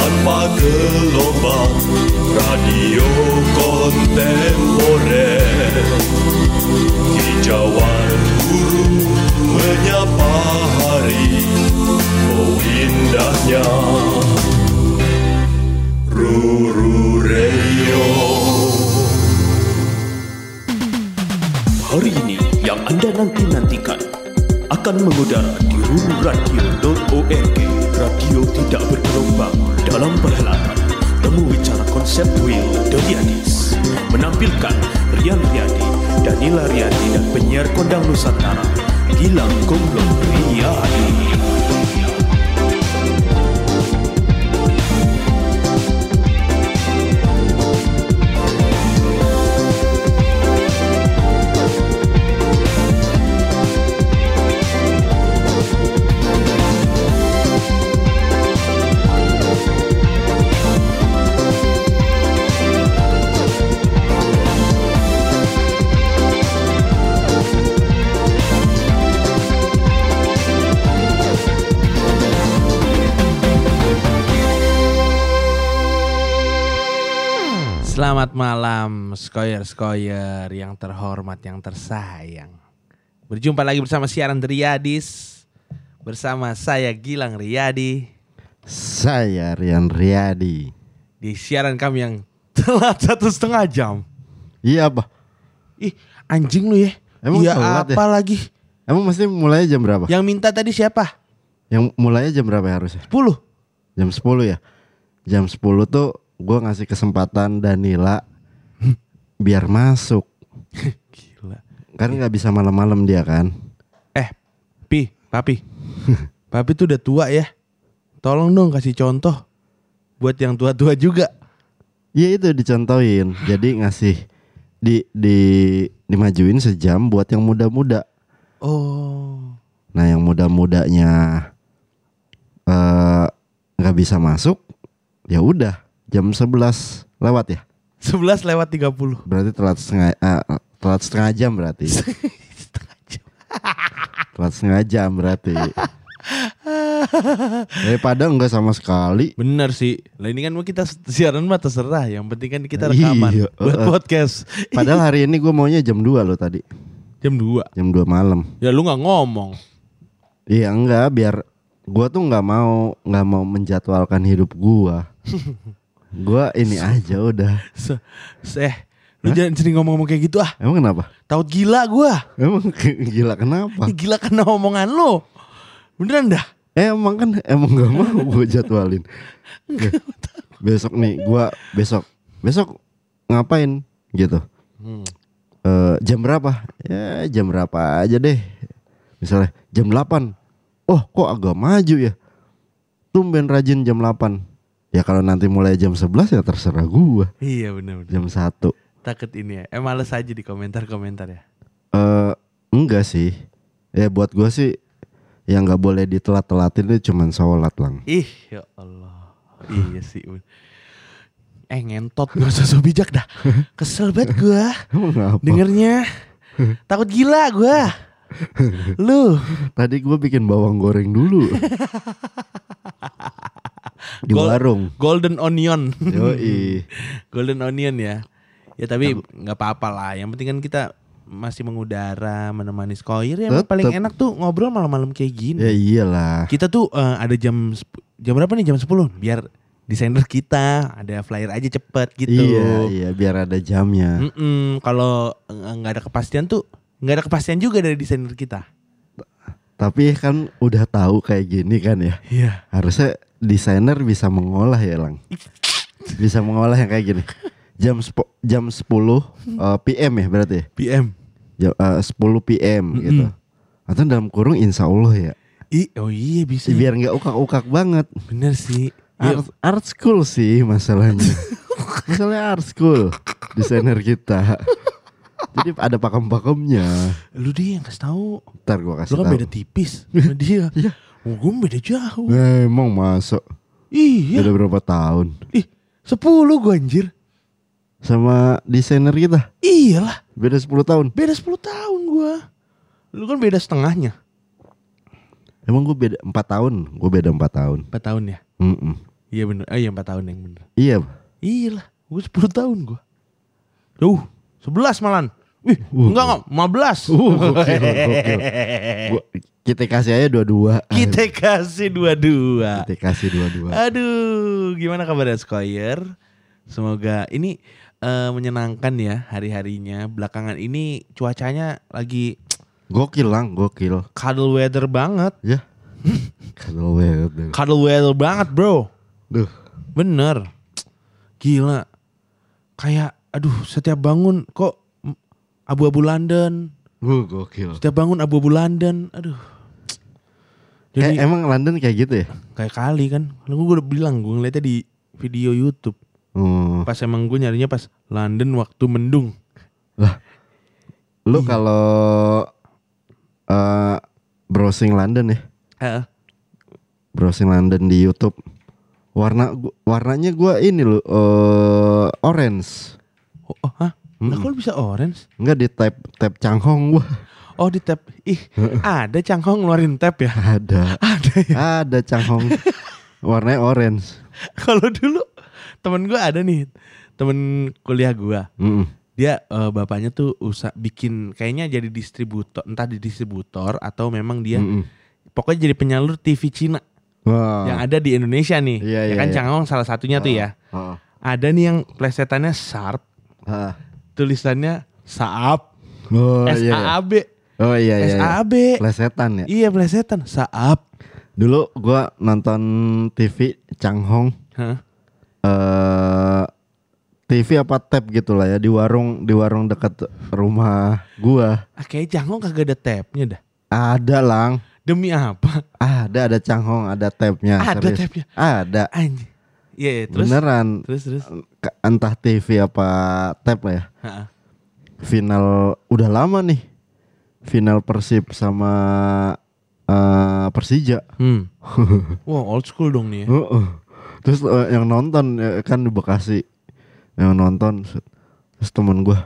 tanpa gelombang, radio kontemporer. Hijauan guru menyapa hari, oh indahnya Ruru Radio. Hari ini yang Anda nanti-nantikan akan mengudara di rururadio.org. Radio tidak bergelombang dalam perhelatan temu bicara konsep Will Doriadis, menampilkan Rian Riyadi, Danila Riyadi dan penyiar kondang Nusantara Gilang Gomblong Riyadi. Selamat malam skoyer-skoyer yang terhormat, yang tersayang. Berjumpa lagi bersama siaran Riyadis. Bersama saya Gilang Riyadi. Saya Rian Riyadi. Di siaran kami yang telat 1,5 jam. Iya apa? Ih anjing lu ya. Emang iya telat apa ya? lagi? Emang mesti mulainya jam berapa? Yang minta tadi siapa? Yang mulainya jam berapa ya harusnya? 10. Jam 10 ya? Jam 10 tuh gue ngasih kesempatan Danila biar masuk. Gila. Kan gak bisa malam-malam dia kan. Papi tuh udah tua ya. Tolong dong kasih contoh buat yang tua-tua juga. Iya itu dicontohin. Jadi ngasih dimajuin sejam buat yang muda-muda. Oh. Nah yang muda-mudanya gak bisa masuk, ya udah jam 11 lewat ya. 11 lewat 30. Berarti telat setengah jam berarti. Telat setengah jam berarti. Daripada enggak sama sekali. Bener sih. Lah ini kan kita siaran mah terserah. Yang penting kan kita rekaman Iya, buat podcast. Padahal hari ini gue maunya jam 2 loh tadi. Jam 2. Jam 2 malam. Ya lu gak ngomong. Iya enggak, biar gue tuh nggak mau menjadwalkan hidup gue. Gue ini aja udah. Lu jangan sering ngomong-ngomong kayak gitu ah. Emang kenapa? Taut gila gua. Emang gila kenapa? Gila karena omongan lu. Beneran dah. Emang gak mau gue jadwalin. Besok nih gue besok ngapain gitu. Jam berapa? Ya jam berapa aja deh. Misalnya jam 8. Oh kok agak maju ya. Tumben rajin jam 8. Ya kalau nanti mulai jam 11 ya terserah gue. Iya bener. Jam 1. Takut ini ya. Males aja di komentar-komentar ya. Enggak sih. Ya buat gue sih yang gak boleh ditelat-telatin itu cuman sholat lang. Ih ya Allah. Iya sih. Ngentot gak usah so bijak dah. Kesel banget gue dengernya. Takut gila gue. Lu tadi gue bikin bawang goreng dulu di warung Golden Onion. Yoi. Golden Onion ya. Ya tapi gak apa-apa lah. Yang penting kan kita masih mengudara, menemani skoyer ya. Paling enak tuh ngobrol malam-malam kayak gini. Ya iyalah. Kita tuh ada jam berapa nih? Jam 10. Biar desainer kita ada flyer aja cepet gitu. Iya biar ada jamnya. Kalau gak ada kepastian tuh nggak ada kepastian juga dari desainer kita. Tapi kan udah tahu kayak gini kan ya. Iya. Harusnya desainer bisa mengolah ya lang. Bisa mengolah yang kayak gini. Jam 10 PM ya berarti ya. PM. 10 PM gitu. Atau dalam kurung insya Allah ya. Oh iya bisa. Biar nggak ukak-ukak banget. Bener sih. Art school sih masalahnya. Masalahnya art school desainer kita. Jadi ada pakem-pakemnya. Lu dia yang kasih tahu. Ntar gue kasih tahu. Lu kan tahu. beda tipis sama dia. Iya. Gue beda jauh. Emang masuk. Iya. Beda berapa tahun? 10 gue anjir. Sama desainer kita. Iyalah. Beda 10 tahun. Beda 10 tahun gue. Lu kan beda setengahnya. Emang gue beda 4 tahun. Gue beda 4 tahun. 4 tahun ya. Iya bener. Iya 4 tahun yang bener. Iya. Iya lah. Gue 10 tahun gue. 11 malan. Wih, enggak 15. Gokil. Kita kasih aja 22. Kita kasih 22. Kita kasih 22. Aduh, gimana kabarnya Skoyer? Semoga ini menyenangkan ya hari-harinya. Belakangan ini cuacanya lagi Gokil lang, gokil. cuddle weather banget. Ya. Cuddle weather banget, bro. Duh. Bener. Gila. Kayak aduh, setiap bangun kok abu-abu London. Gokil. Setiap bangun abu-abu London. Aduh. Jadi Emang London kayak gitu ya? kayak kali kan. Lalu gue udah bilang, gue ngeliatnya di video YouTube. Oh. Pas emang gue nyarinya pas London waktu mendung. Lah. Lu kalau browsing London ya? Browsing London di YouTube. Warnanya gua ini loh orange. Hah? Lah kok lu bisa orange? Enggak di tab Changhong gua. Oh di tab. Ada Changhong ngeluarin tab ya? Ada. Ada ya? Ada Changhong. Warnanya orange. Kalau dulu temen gue ada nih, temen kuliah gue. Dia bapaknya tuh bikin kayaknya jadi distributor, entah di distributor atau memang dia pokoknya jadi penyalur TV Cina. Wow. Yang ada di Indonesia nih. Iya, ya iya, kan iya. Changhong salah satunya tuh ya. Ada nih yang plesetannya Sharp, tulisannya Saab, Oh iya. SAAB. Oh iya iya. SAAB. Plesetan ya. Iya plesetan Saab. Dulu gua nonton TV Changhong. Hah? TV apa tab gitu lah ya di warung dekat rumah gua. Kayak Changhong kagak ada tabnya dah. Ada lang. Demi apa? Ada Changhong, ada tabnya. Ada serius. tabnya. Ada. Anjir. Iya, terus. Beneran. Terus. Entah TV apa tab lah ya. Ha-ha. Final udah lama nih. Final Persib sama Persija. Wah, old school dong nih ya. Terus yang nonton kan di Bekasi. Yang nonton terus temen gue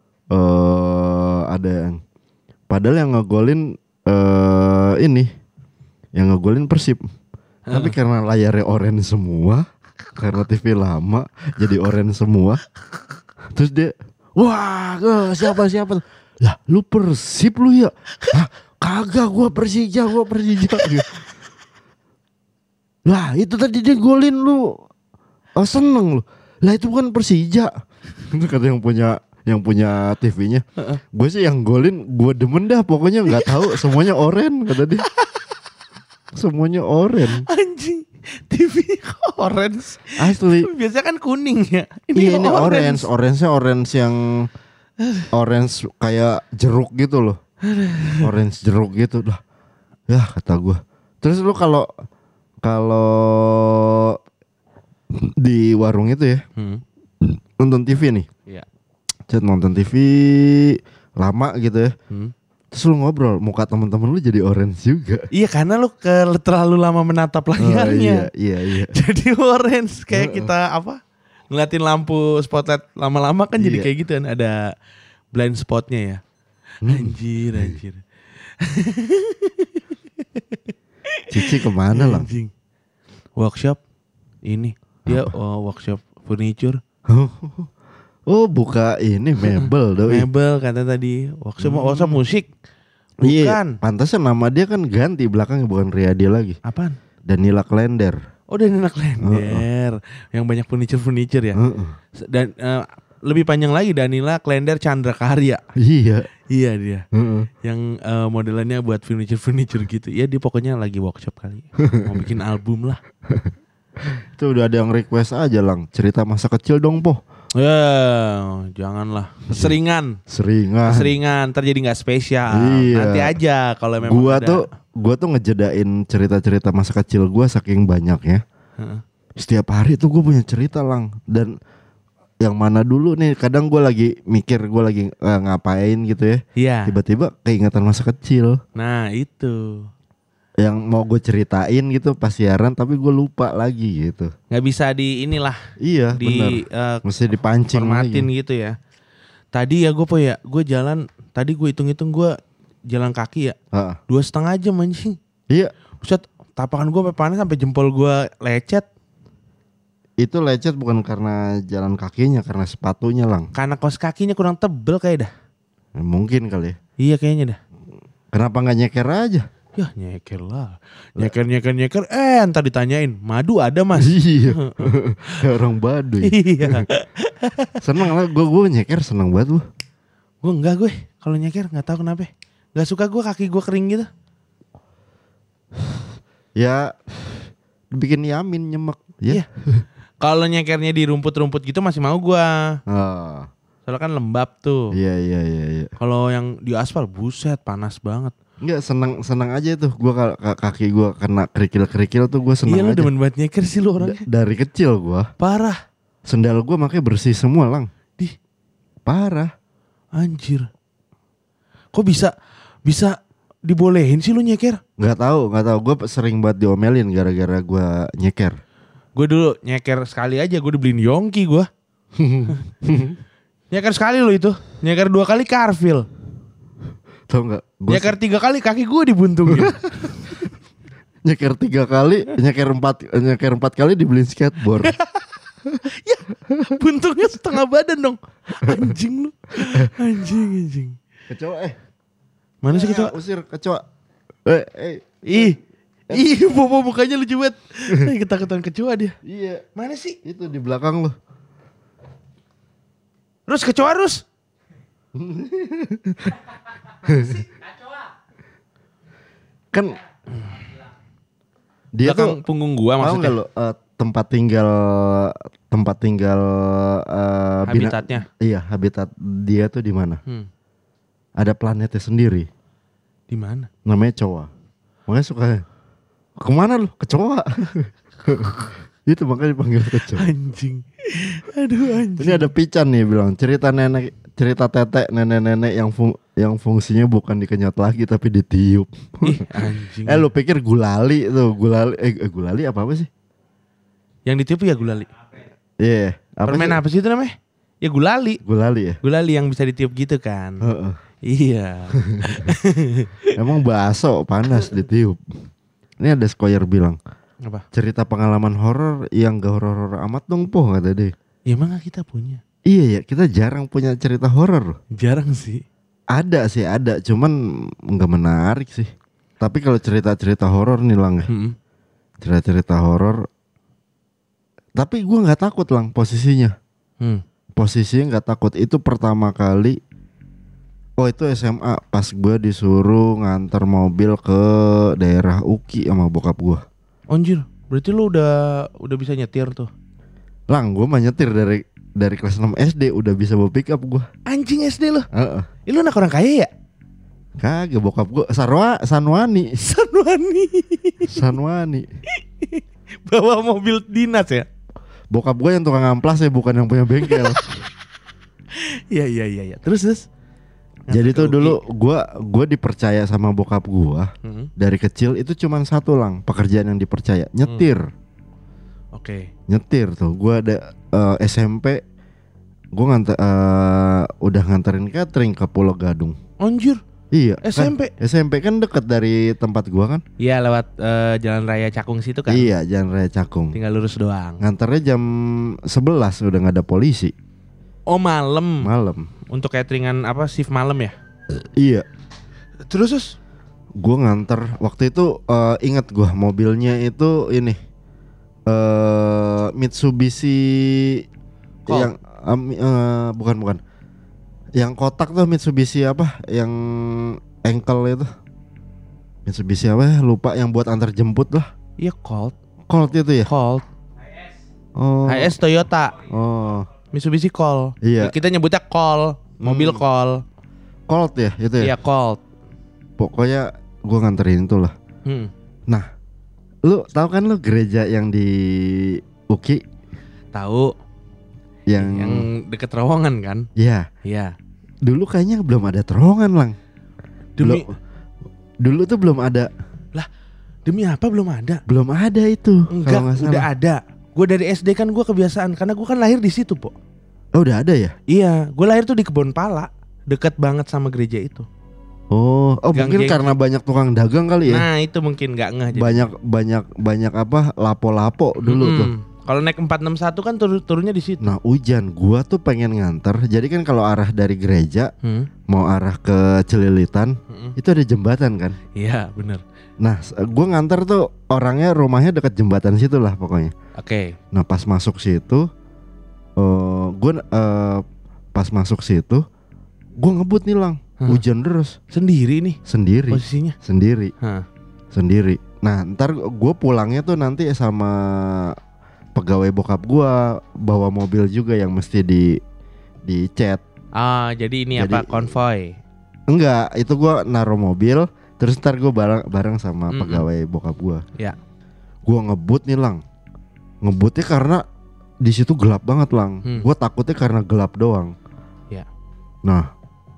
ada yang padahal yang ngegolin yang ngegolin Persib. Tapi karena layarnya orange semua, karena TV lama jadi orange semua. Terus dia, wah, siapa? Lah, lu Persib lu ya? Hah, kagak, gua Persija. Lah, itu tadi dia golin lu. Oh, seneng lu. Lah, itu bukan Persija. Itu kata yang punya TV-nya. Gue sih yang golin, gue demen dah. Pokoknya nggak tahu, semuanya oren kata dia. Semuanya oren. Anjing, TV orange. Asli. Biasanya kan kuning ya. Ini orange. Orange-nya orange yang orange kayak jeruk gitu loh. Orange jeruk gitu lah. Ya kata gue. Terus lu kalau di warung itu ya, nonton TV nih. Iya. Nonton TV lama gitu ya. Terus lu ngobrol, muka teman-teman lu jadi orange juga. Iya, karena lu terlalu lama menatap layarnya. Iya. Jadi orange kayak kita ngeliatin lampu spotlight lama-lama kan jadi kayak gitu kan, ada blind spotnya ya. Anjir. Cici kemana lah? Anjing. Workshop ini dia workshop furniture. Oh, buka ini mebel doi. Mebel kata tadi. Workshop musik. Iya, Bukan. pantasnya nama dia kan ganti belakangnya, bukan Riyadi lagi. Apaan? Danila Klender. Oh, Danila Klender. Yang banyak furniture ya. Dan lebih panjang lagi, Danila Klender Chandra Karya. Iya. Iya dia. Yang modelannya buat furniture gitu. Ya dia pokoknya lagi workshop kali. Mau bikin album lah. Itu udah ada yang request aja lang, cerita masa kecil dong po. Ya, janganlah. Seringan, ntar jadi nggak spesial. Iya. Nanti aja kalau memang Gua tuh ngejedain cerita-cerita masa kecil gua saking banyaknya. Setiap hari tuh gue punya cerita lang. Dan yang mana dulu nih, kadang gue lagi mikir gue lagi ngapain gitu ya. Iya. Tiba-tiba keingatan masa kecil. Nah itu. Yang mau gue ceritain gitu pas siaran, tapi gue lupa lagi gitu. Nggak bisa di inilah. Iya benar. Mesti dipancing formatin lagi. gitu ya. Tadi ya gue jalan. Tadi gue hitung-hitung gue jalan kaki ya. 2,5 jam anjing. Iya. Buset, tapakan gue panas sampai jempol gue lecet. itu lecet bukan karena jalan kakinya, karena sepatunya lang. Karena kaos kakinya kurang tebel kayak dah. Mungkin kali ya. Iya kayaknya dah. Kenapa nggak nyeker aja? Ya nyeker lah. Nyeker. Entar ditanyain, madu ada mas? Iya. Kayak orang Baduy. Iya. Seneng lah, gue nyeker seneng banget gue. Gue enggak gue. Kalau nyeker nggak tahu kenapa. Gak suka gue kaki gue kering gitu. Ya bikin yamin nyemek. Ya. Iya. Kalau nyekernya di rumput-rumput gitu masih mau gue. Oh. Soalnya kan lembab tuh. Iya. Kalau yang di aspal buset panas banget. Enggak, seneng aja tuh. Gue kaki gue kena kerikil tuh gue seneng Iya lu aja. demen banget nyeker sih lu orangnya. Dari kecil gue. Parah. Sendal gue makanya bersih semua lang. Di Parah. anjir. Kok bisa dibolehin sih lu nyeker? Gak tahu. Gue sering banget diomelin gara-gara gue nyeker. Gue dulu nyeker sekali aja gue dibeliin Yongki gue. Nyeker sekali lo itu. Nyeker 2 kali Carville. Tahu nggak? Nyeker 3 kali kaki gue dibuntungin. Nyeker 3 kali, nyeker 4 kali dibeliin skateboard. Ya, buntungnya setengah badan dong. Anjing lu. Anjing. Kecoa Mana sih kecoa? Usir kecoa. Ih, bobo mukanya lucu banget. Ketakutan kecoa dia. Iya. Mana sih? Itu di belakang lo. Rus kecoa Rus. Kan dia belakang tuh punggung gua mau maksudnya. nggak lo tempat tinggal Habitatnya. Iya, habitat dia tuh di mana? Ada planetnya sendiri. Di mana? Namanya Coa. Makanya suka kemana lu? Kecoa. Itu makanya dipanggil kecoa. Anjing. Aduh anjing. Ini ada Pican nih bilang cerita tetek nenek-nenek yang fungsinya bukan dikenyot lagi tapi ditiup. Ih, anjing. Lu pikir gulali tuh, gulali apa sih? Yang ditiup ya gulali. Iya. Permen apa sih itu namanya? Ya gulali. Gulali ya? Gulali yang bisa ditiup gitu kan. Iya. Emang bakso panas ditiup. Ini ada Skoyer bilang, Apa? cerita pengalaman horor yang gak horor amat dong po, kata dia. Ya emang kita punya. Iya ya, kita jarang punya cerita horor. Jarang sih. Ada, cuman nggak menarik sih. Tapi kalau cerita-cerita horor nih lang ya, cerita-cerita horor. Tapi gue nggak takut lang posisinya. Posisinya nggak takut. Itu pertama kali. Oh itu SMA pas gue disuruh nganter mobil ke daerah Uki sama bokap gue. Anjir, berarti lu udah bisa nyetir tuh. Lang, gue mah nyetir dari kelas 6 SD udah bisa bawa pick up gue. Anjing SD lu. Lu anak orang kaya ya? Kagak, bokap gue Sanwani. Bawa mobil dinas ya? Bokap gue yang tukang amplas ya, bukan yang punya bengkel. Iya. Terus. Jadi tuh dulu gue dipercaya sama bokap gue dari kecil itu cuman satu lang pekerjaan yang dipercaya, nyetir. Oke. Nyetir tuh. Gue ada SMP, gue udah nganterin catering ke Pulau Gadung. Anjir. Iya. SMP kan deket dari tempat gue kan. Iya lewat Jalan Raya Cakung situ kan. Iya, Jalan Raya Cakung. Tinggal lurus doang. Nganternya jam 11 udah nggak ada polisi. Oh malam. Untuk cateringan apa shift malam ya? Iya. Terus gue nganter waktu itu inget gue mobilnya itu ini Mitsubishi Colt. yang bukan yang kotak tuh Mitsubishi apa yang engkel itu Mitsubishi apa ya lupa yang buat antar jemput lah. Iya Colt itu ya. Colt. Oh. HS Toyota. Oh. Mitsubishi Colt. Iya. Kita nyebutnya Colt. Mobil Colt. Colt ya itu ya. Iya Colt. Pokoknya gue nganterin itu lah. Nah, lu tahu kan lu gereja yang di Uki? Tahu. Yang deket terowongan kan? Iya. Iya. Dulu kayaknya belum ada terowongan lang. Dulu tuh belum ada. Lah, demi apa belum ada? Belum ada itu. Enggak, udah ada. Gue dari SD kan gue kebiasaan karena gue kan lahir di situ, Po. Oh, udah ada ya? Iya, gue lahir tuh di Kebon Pala, deket banget sama gereja itu. Oh, mungkin karena banyak tukang dagang kali ya. Nah, itu mungkin nggak ngeh. Banyak apa lapo-lapo dulu tuh. Kalau naik 461 kan turunnya di situ. Nah hujan, gua tuh pengen nganter. Jadi kan kalau arah dari gereja mau arah ke Celilitan itu ada jembatan kan. Iya bener. Nah gua nganter tuh orangnya rumahnya dekat jembatan situ lah pokoknya. Oke. Nah pas masuk situ pas masuk situ gua ngebut nih Lang. Hujan terus. Sendiri nih Sendiri. posisinya. Sendiri. Sendiri. Nah ntar gue pulangnya tuh nanti sama pegawai bokap gue bawa mobil juga yang mesti dicet. Jadi ini apa konvoy? Enggak, itu gue naruh mobil terus ntar gue bareng sama pegawai bokap gue. Ya. Gue ngebut nih Lang. Ngebutnya karena di situ gelap banget Lang. Gue takutnya karena gelap doang. Ya. Nah,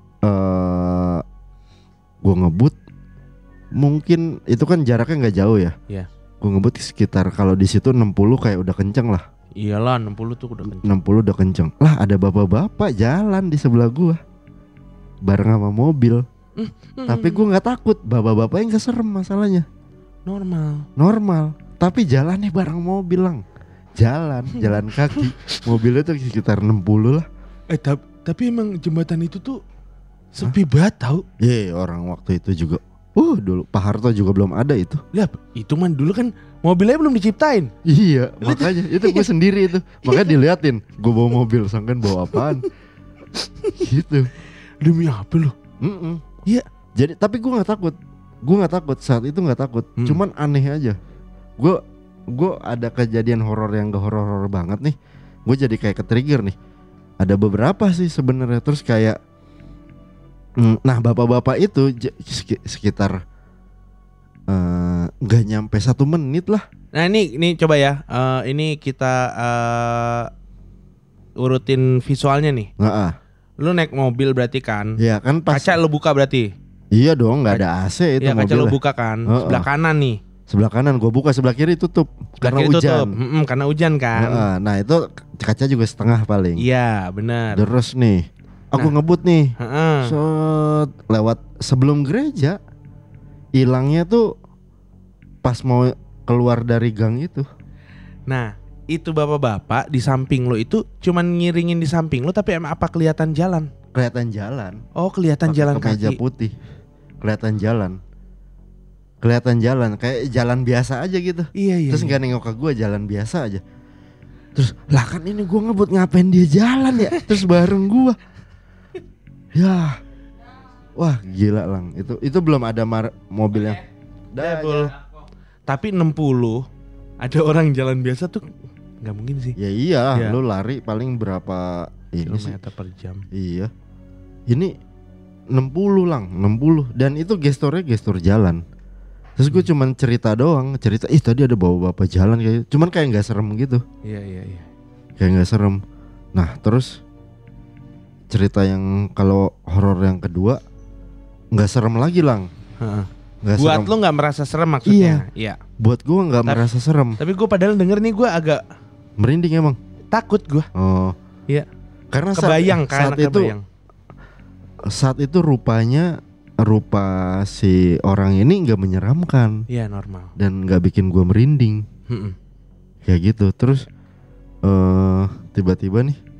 gue ngebut. Mungkin itu kan jaraknya nggak jauh ya. Iya. Gue ngebut sekitar kalau di situ 60 kayak udah kenceng lah. Iyalah 60 tuh udah kenceng. 60 udah kenceng. Lah ada bapak-bapak jalan di sebelah gue bareng sama mobil. Tapi gue nggak takut. Bapak-bapaknya nggak serem masalahnya. Normal. Tapi jalannya bareng mobil Lang. Jalan kaki. Mobilnya tuh sekitar 60 lah. Tapi emang jembatan itu tuh sepi banget tau. Orang waktu itu juga. Dulu Pak Harto juga belum ada itu. Lah itu man dulu kan mobilnya belum diciptain. Iya makanya itu gue sendiri itu. Makanya diliatin gue bawa mobil, sangkan bawa apaan. Gitu. Demi apa lu? Iya. Jadi tapi gue nggak takut saat itu nggak takut. Cuman aneh aja. Gue ada kejadian horor yang gak horor banget nih. Gue jadi kayak ke-trigger nih. Ada beberapa sih sebenarnya. Terus kayak nah bapak-bapak itu sekitar nggak nyampe 1 menit lah. Nah ini coba ya, ini kita urutin visualnya nih. Lu naik mobil berarti kan? Iya kan pas kaca lu buka berarti? Iya dong, nggak ada AC itu ya, mobilnya. Kaca lu buka kan? Sebelah kanan nih. Sebelah kanan gue buka, sebelah kiri tutup karena hujan. Karena hujan kan? Nah itu kaca juga setengah paling. Iya benar. Terus nih aku ngebut nih, lewat sebelum gereja. Hilangnya tuh pas mau keluar dari gang itu. Nah itu bapak-bapak di samping lo itu cuman ngiringin di samping lo, tapi emang apa kelihatan jalan? Kelihatan jalan. Oh kelihatan jalan kaki. Kemeja putih. Kelihatan jalan. Kayak jalan biasa aja gitu. Iya. Terus nggak nengok ke gue, jalan biasa aja. Terus lah kan ini gue ngebut, ngapain dia jalan ya? Terus bareng gue. Ya, wah gila Lang. Itu belum ada mobil yang. Tapi 60 ada orang jalan biasa tuh nggak mungkin sih. Ya iya, lu lari paling berapa kilometer per jam. Iya. Ini 60 Lang, 60 dan itu gesturnya gestur jalan. Terus gue cuman cerita doang, tadi ada bapak jalan kayak, cuman kayak nggak serem gitu. Iya. Kayak nggak serem. Nah terus cerita yang kalau horor yang kedua nggak serem lagi Lang. Buat lo nggak merasa serem maksudnya? Iya. Buat gue nggak merasa serem. Tapi gue padahal denger nih gue agak merinding emang. Takut gue. Oh. Iya. Karena saat itu rupa si orang ini nggak menyeramkan. Iya normal. Dan nggak bikin gue merinding. Kayak gitu. Terus tiba-tiba nih.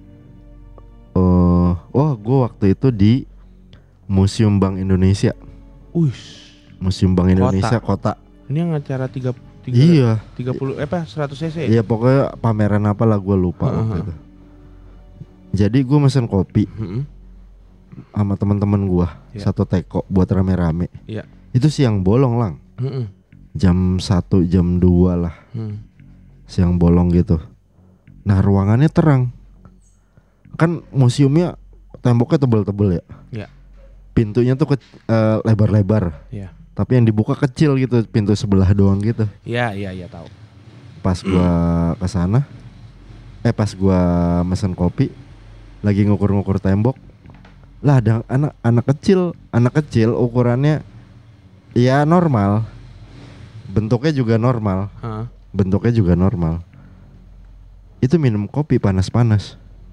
Gue waktu itu di Museum Bank Indonesia. Museum Bank Indonesia Kota. Ini yang acara 30 100 cc. Iya pokoknya pameran apa lah gue lupa waktu itu. Jadi gue mesen kopi sama teman-teman gue, satu teko buat rame-rame. Itu siang bolong Lang. Jam 1 jam 2 lah. Siang bolong gitu. Nah ruangannya terang. Kan museumnya temboknya tebel-tebel ya. Pintunya tuh lebar-lebar. Tapi yang dibuka kecil gitu, pintu sebelah doang gitu. Iya tahu. Pas gua kesana, pas gua mesen kopi, lagi ngukur-ngukur tembok, lah ada anak kecil ukurannya ya normal, bentuknya juga normal, Itu minum kopi panas-panas.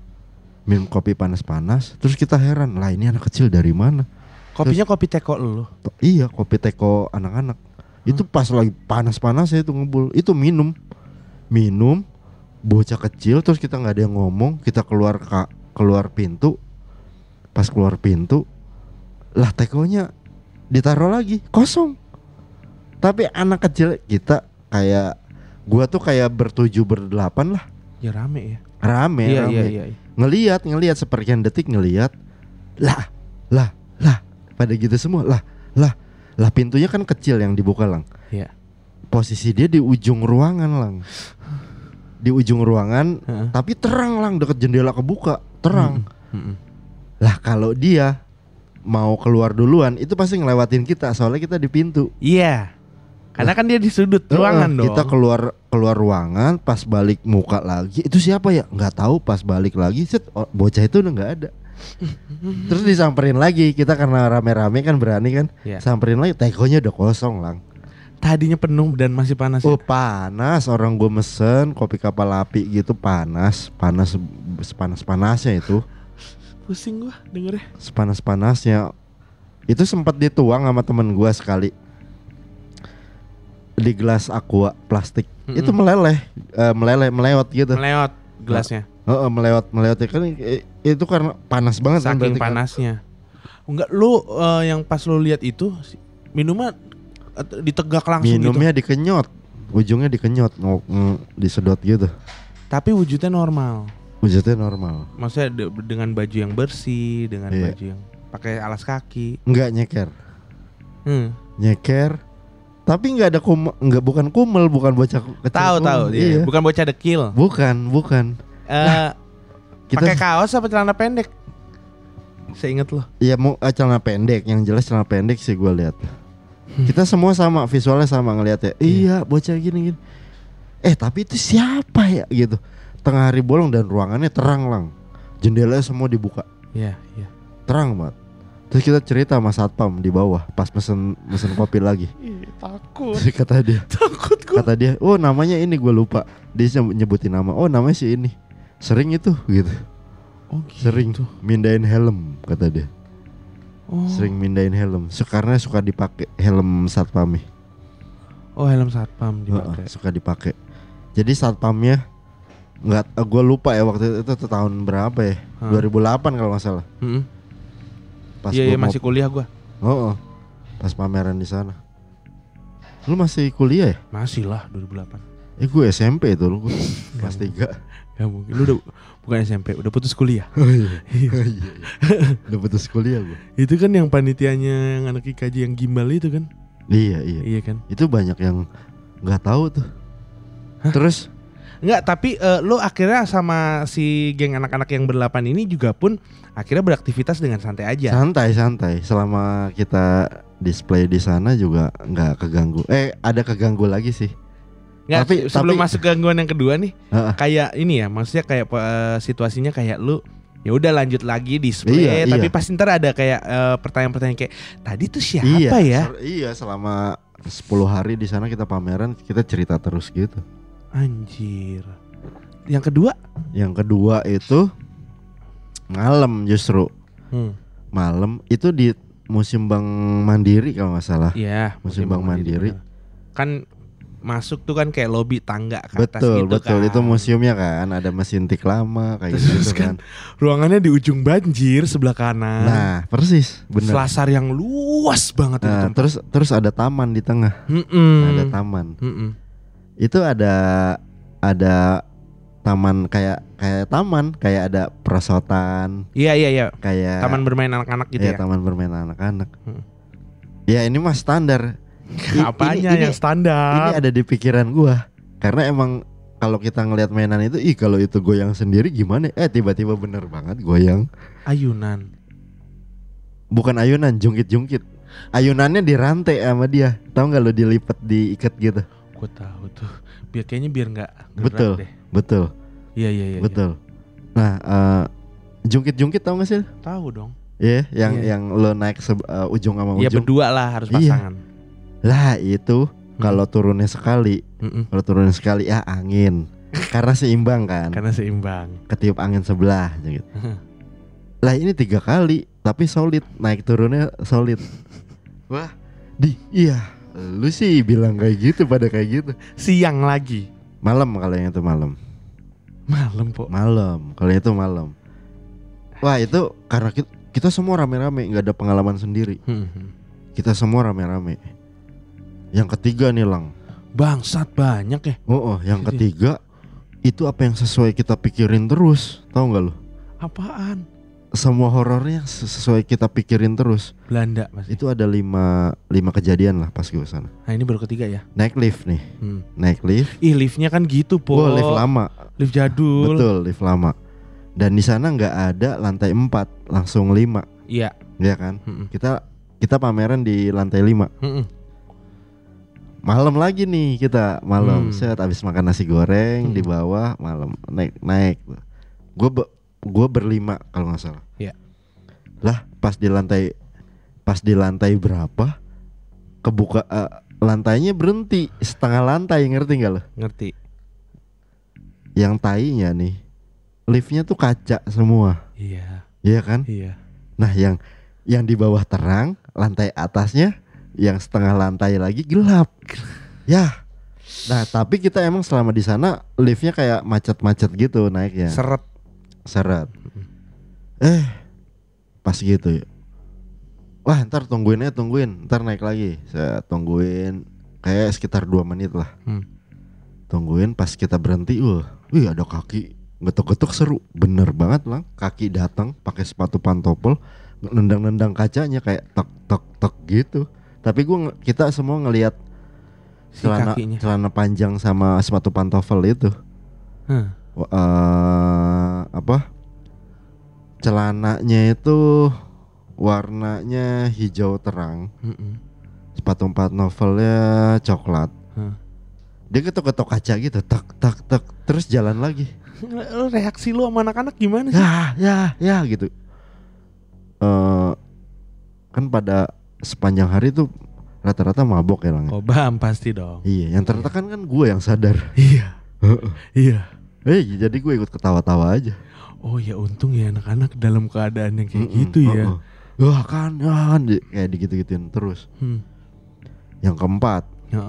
Terus kita heran, lah ini anak kecil dari mana? Kopinya kopi teko lu? Iya, kopi teko anak-anak. Itu pas lagi panas-panas ya itu ngebul. Itu minum. bocah kecil terus kita nggak ada yang ngomong, kita keluar pintu. Pas keluar pintu, lah tekonya ditaruh lagi kosong. Tapi anak kecil kita kayak gua tuh kayak berdelapan lah. Ya rame ya. Rame. Iya. Ngelihat seperkian detik ngelihat. Lah. Pada gitu semua. Lah pintunya kan kecil yang dibuka Lang. Iya. Posisi dia di ujung ruangan Lang. Di ujung ruangan, tapi terang Lang, deket jendela kebuka, terang. Lah kalau dia mau keluar duluan itu pasti ngelewatin kita soalnya kita di pintu. Iya. Karena kan dia di sudut ruangan dong. Kita keluar ruangan, pas balik muka lagi itu siapa ya? Nggak tahu. Pas balik lagi, bocah itu udah nggak ada. Terus disamperin lagi, kita karena rame-rame kan berani kan, samperin lagi, tekonya udah kosong Lang. Tadinya penuh dan masih panas. Oh panas, orang gue mesen kopi kapal api gitu, panas sepanas-panasnya itu. Pusing gua dengernya. Sepanas-panasnya. Itu sempat dituang sama temen gua sekali di gelas aqua plastik. Itu melewat gitu. Melewat gelasnya. Melewat kan itu karena panas banget. Saking panasnya. Enggak lu yang pas lu lihat itu minumnya ditegak langsung. Minumnya gitu. Dikenyot. Ujungnya dikenyot, disedot gitu. Tapi wujudnya normal. Maksudnya dengan baju yang bersih, dengan baju yang pakai alas kaki. Enggak nyeker. Nyeker. Tapi enggak ada bukan kumel, bukan bocah kecil. Tahu. Iya. Bukan bocah dekil. Bukan. Pakai kaos apa celana pendek? Saya inget loh. Iya mau celana pendek, yang jelas celana pendek sih gue lihat. Kita semua sama, visualnya sama ngeliatnya. Iya, bocah gini. Tapi itu siapa ya gitu. Tengah hari bolong dan ruangannya terang Lang. Jendelanya semua dibuka. Iya. Terang banget. Terus kita cerita sama satpam di bawah pas mesen kopi lagi. Takut. Kata dia. Takut gue. Kata dia, "Oh, namanya ini gue lupa." Dia nyebutin nama. "Oh, namanya si ini." Sering itu gitu. Oh, gitu. Sering mindahin helm kata dia. Oh. Sering mindahin helm. Karena suka dipakai helm satpam. Oh, helm satpam dipakai. Suka dipakai. Jadi satpamnya gue lupa ya waktu itu tahun berapa ya? 2008 kalau nggak salah. Pas iya masih kuliah gue. Pas pameran di sana. Lu masih kuliah ya? Masih lah 2008. Gue SMP itu lu kelas 3. Gak mungkin. Lu udah bukan SMP, udah putus kuliah. Iya. Udah putus kuliah gue. Itu kan yang panitianya yang anak IKJ yang gimbal itu kan? Iya kan? Itu banyak yang nggak tahu tuh. Terus enggak, tapi lu akhirnya sama si geng anak-anak yang berlapan ini juga pun akhirnya beraktivitas dengan santai aja. Santai. Selama kita display di sana juga nggak keganggu. Ada keganggu lagi sih. Nggak, sebelum masuk ke gangguan yang kedua nih, kayak ini ya, maksudnya kayak situasinya kayak lu ya udah lanjut lagi display, tapi pasti ntar ada kayak pertanyaan-pertanyaan kayak tadi tuh siapa ya? Iya, selama 10 hari di sana kita pameran, kita cerita terus gitu. Anjir. Yang kedua? Yang kedua itu malam justru. Malam itu di Museum Bank Mandiri kalau nggak salah. Iya. Museum Bank Mandiri. Kan masuk tuh kan kayak lobi tangga ke atas gitu betul. kan. Itu museumnya kan ada mesin tik lama kayak gitu kan. Ruangannya di ujung banjir sebelah kanan. Nah persis bener. Selasar yang luas banget. Nah, terus ada taman di tengah. Ada taman. Itu ada taman kayak taman kayak ada perosotan. Iya. Kayak taman bermain anak-anak gitu ya. Taman bermain anak-anak. Ya ini mah standar. Apanya ini, yang standar? Ini ada di pikiran gua. Karena emang kalau kita ngelihat mainan itu, kalau itu goyang sendiri gimana? Tiba-tiba bener banget goyang. Ayunan. Bukan ayunan, jungkit-jungkit. Ayunannya dirantai sama dia. Tahu nggak lo dilipat diikat gitu? Gue tahu tuh. Kayaknya biar nggak betul deh. Betul. Iya. Betul. Nah, jungkit-jungkit tahu nggak sih? Tahu dong. Iya, yang lo naik ujung sama ujung. Iya berdua lah harus pasangan. Lah itu kalau turunnya sekali, angin. Karena seimbang kan. Ketiup angin sebelah gitu. Lah ini 3 kali, tapi solid, naik turunnya solid. Wah, lu sih bilang kayak gitu pada kayak gitu. Siang lagi. Malam kalau yang itu malam. Malam, Po. Malam, kalau itu malam. Wah itu karena kita semua rame-rame, nggak ada pengalaman sendiri. Kita semua rame-rame. Yang ketiga nih Lang. Bangsat banyak ya. Yang ketiga itu apa yang sesuai kita pikirin terus, tahu nggak lo? Apaan? Semua horornya sesuai kita pikirin terus. Belanda Mas. Itu ada 5 kejadian lah pas gue sana. Nah ini baru ketiga ya. Naik lift nih. Naik lift. Ih liftnya kan gitu, Po. Lift lama. Lift jadul. Betul, lift lama. Dan di sana nggak ada lantai 4, langsung 5. Iya. Iya kan? Kita pameran di lantai 5. Malam lagi nih kita, malam. Set abis makan nasi goreng di bawah, malam naik. Gue berlima kalau nggak salah. Iya. Lah pas di lantai berapa? Kebuka lantainya berhenti setengah lantai, ngerti nggak lo? Ngerti. Yang tainya nih, liftnya tuh kaca semua. Iya. Iya kan? Iya. Nah yang di bawah terang, lantai atasnya yang setengah lantai lagi gelap. Ya. Nah tapi kita emang selama di sana liftnya kayak macet-macet gitu naiknya. Seret. Pas gitu ya. Wah ntar tungguin, ntar naik lagi. Saya tungguin kayak sekitar 2 menit lah. Tungguin pas kita berhenti, wih ada kaki getok-getok seru, bener banget Lang. Kaki datang pakai sepatu pantopel, nendang-nendang kacanya kayak tek gitu. Tapi kita semua ngelihat celana panjang sama sepatu pantofel itu. Celananya itu warnanya hijau terang. Sepatu pantoffelnya coklat. Dia ketok-ketok kaca gitu, tak terus jalan lagi. Reaksi lu sama anak-anak gimana sih? Ya gitu. Kan pada sepanjang hari tuh rata-rata mabok ya Lang. Oh Bam pasti dong. Iya, yang tertekan kan gue yang sadar. Iya. Iya. Jadi gue ikut ketawa-tawa aja. Oh ya untung ya anak-anak dalam keadaan yang kayak gitu ya. Wah kan kayak digitu-gituin terus. Yang keempat.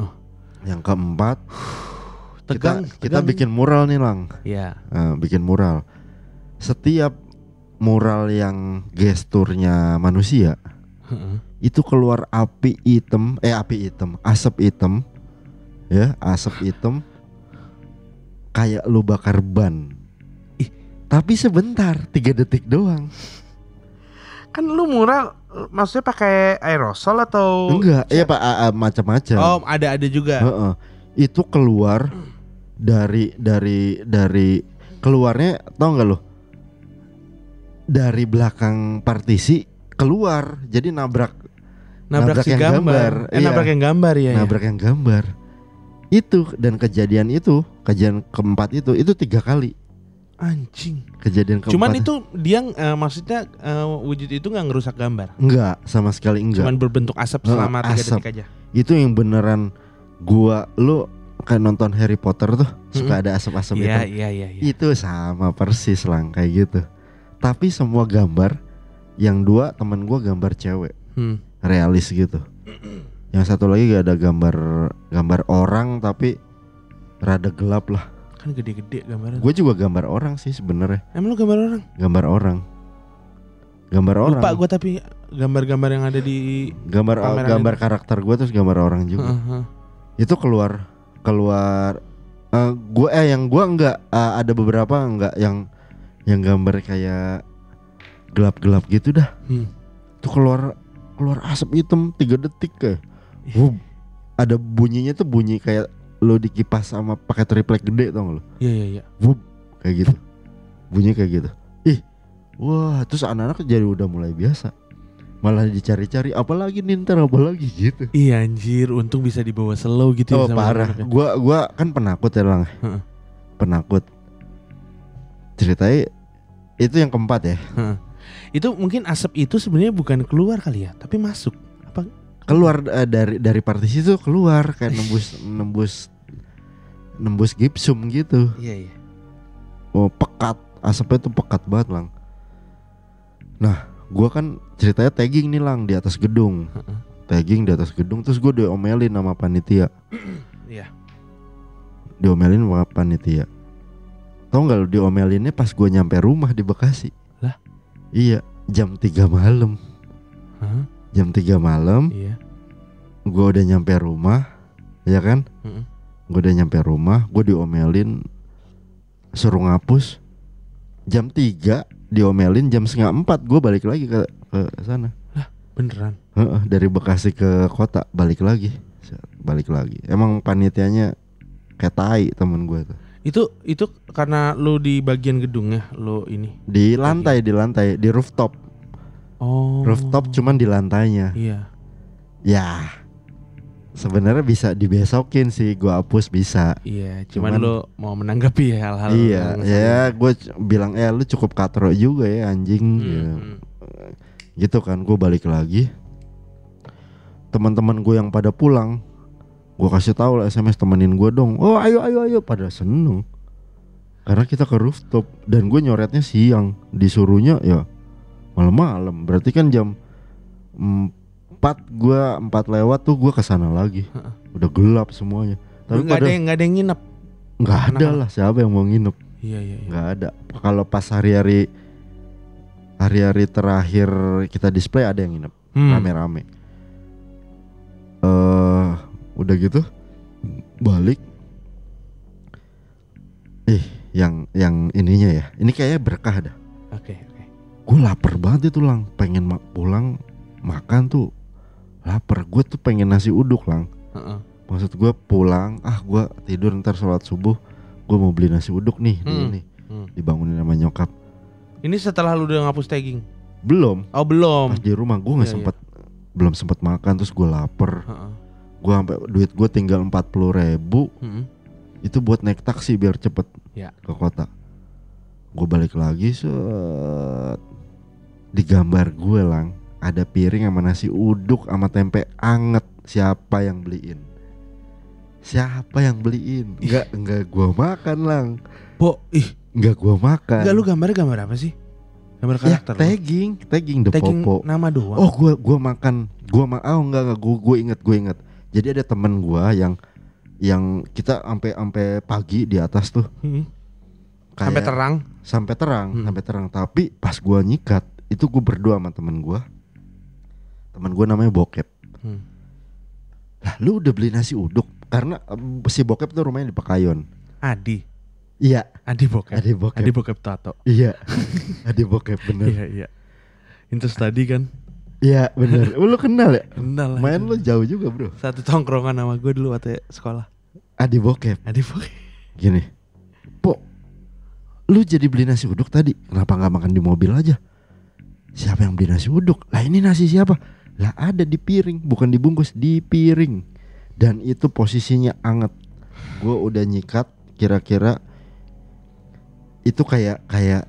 Tegang. Kita bikin mural nih Lang. Iya. Bikin mural. Setiap mural yang gesturnya manusia, itu keluar asap hitam, ya asap hitam, kayak lu bakar ban. Tapi sebentar, 3 detik doang. Kan lu mural maksudnya pakai aerosol atau? Enggak, iya Pak, macam-macam. Oh, ada juga. Itu keluar dari keluarnya, tau nggak lo? Dari belakang partisi keluar, jadi nabrak si yang gambar. Nabrak yang gambar ya. Nabrak yang gambar. Itu dan kejadian keempat itu 3 kali. Anjing. Kejadian keempat. Cuman itu dia maksudnya wujud itu nggak ngerusak gambar. Enggak, sama sekali enggak. Cuman berbentuk asap selama 3 detik aja. Itu yang beneran lu kayak nonton Harry Potter tuh, suka ada asap-asap itu. Iya. Itu sama persis Lang kayak gitu. Tapi semua gambar, yang 2 temen gue gambar cewek, realis gitu. Yang satu lagi gak ada gambar orang tapi rada gelap lah. Kan gede-gede gambarnya. Gue juga gambar orang sih sebenarnya. Emang lu gambar orang? Gambar orang. Lupa gue tapi gambar-gambar yang ada di gambar karakter gue terus gambar orang juga. Itu keluar yang gue enggak, ada beberapa enggak yang gambar kayak gelap-gelap gitu dah. Itu keluar asap hitam 3 detik kayak. Ada bunyinya tuh bunyi kayak lo dikipas sama pakai triplek gede, tau gak lo? Iya. Kayak gitu. Bunyi kayak gitu. Wah, terus anak-anak jadi udah mulai biasa. Malah dicari-cari apalagi gitu. Iya anjir, untung bisa dibawa slow gitu. Oh parah. Gua kan penakut ya Lang. Penakut. Ceritanya itu yang keempat ya. Itu mungkin asap itu sebenarnya bukan keluar kali ya, tapi masuk. Apa? Keluar dari partisi itu keluar kayak nembus gipsum gitu. Iya. Oh pekat, asapnya tuh pekat banget Lang. Nah, gua kan ceritanya tagging nih Lang di atas gedung. Tagging di atas gedung, terus gua diomelin sama panitia. Iya. Diomelin sama panitia. Tahu nggak lu diomelinnya pas gue nyampe rumah di Bekasi. Lah? Iya, jam 3 malam. Hah? Jam 3 malam. Iya. Gue udah nyampe rumah, ya kan? Gue udah nyampe rumah, gue diomelin, suruh ngapus. Jam 3 diomelin, jam 3:30 gue balik lagi ke sana. Lah, beneran? Dari Bekasi ke kota balik lagi. Emang panitianya kayak tai temen gue tuh. Itu karena lu di bagian gedungnya, lu ini. Di lantai, di rooftop. Oh. Rooftop cuman di lantainya. Iya. Ya. Sebenarnya bisa dibesokin sih, gua hapus bisa. Iya, cuman lu mau menanggapi hal-hal. Iya, ya gue bilang lu cukup katro juga ya anjing. Gitu kan, gue balik lagi. Teman-teman gue yang pada pulang, gue kasih tahu lah SMS, temenin gue dong. Oh ayo, pada seneng. Karena kita ke rooftop dan gue nyoretnya siang, disuruhnya ya malam-malam. Berarti kan jam 4 lewat tuh gue kesana lagi. Udah gelap semuanya. Tapi nggak ada yang nginep. Nggak ada lah, siapa yang mau nginep? Iya. Nggak ada. Kalau pas hari-hari terakhir kita display ada yang nginep, rame-rame. Udah gitu balik. Yang ininya ya. Ini kayaknya berkah dah. Oke. Gue lapar banget itu Lang. Pengen pulang makan tuh lapar. Gue tuh pengen nasi uduk Lang. Maksud gue pulang, gue tidur ntar sholat subuh, gue mau beli nasi uduk nih. Dibangunin sama nyokap. Ini setelah lu udah ngapus tagging? Belum. Oh belum. Pas di rumah gue nggak belum sempat makan, terus gue lapar. Gue sampai duit gue tinggal 40.000. Itu buat naik taksi biar cepet ke kota. Gue balik lagi, di gambar gue Lang ada piring sama nasi uduk sama tempe anget. Siapa yang beliin? Enggak gue makan Lang. Enggak gue makan. Enggak, lu gambar apa sih? Gambar karakter. Ya, tagging The Popo. Nama doang. Oh, gue makan. Gue inget. Jadi ada temen gue yang kita sampai pagi di atas tuh. Sampai terang. Tapi pas gue nyikat itu gue berdua sama temen gue. Temen gue namanya Bokep. Lah, lu udah beli nasi uduk? Karena si Bokep tuh rumahnya di Pekayon. Adi. Iya. Adi Bokep tato. Iya. Adi Bokep bener. Iya. Intus tadi kan. Iya bener. Lu kenal ya? Kenal. Main lu jauh juga bro. Satu tongkrongan sama gue dulu waktu sekolah. Adi Bokep. Gini, Po, lu jadi beli nasi uduk tadi, kenapa gak makan di mobil aja? Siapa yang beli nasi uduk? Lah ini nasi siapa? Lah ada di piring, bukan dibungkus, di piring. Dan itu posisinya anget. Gue udah nyikat, kira-kira itu kayak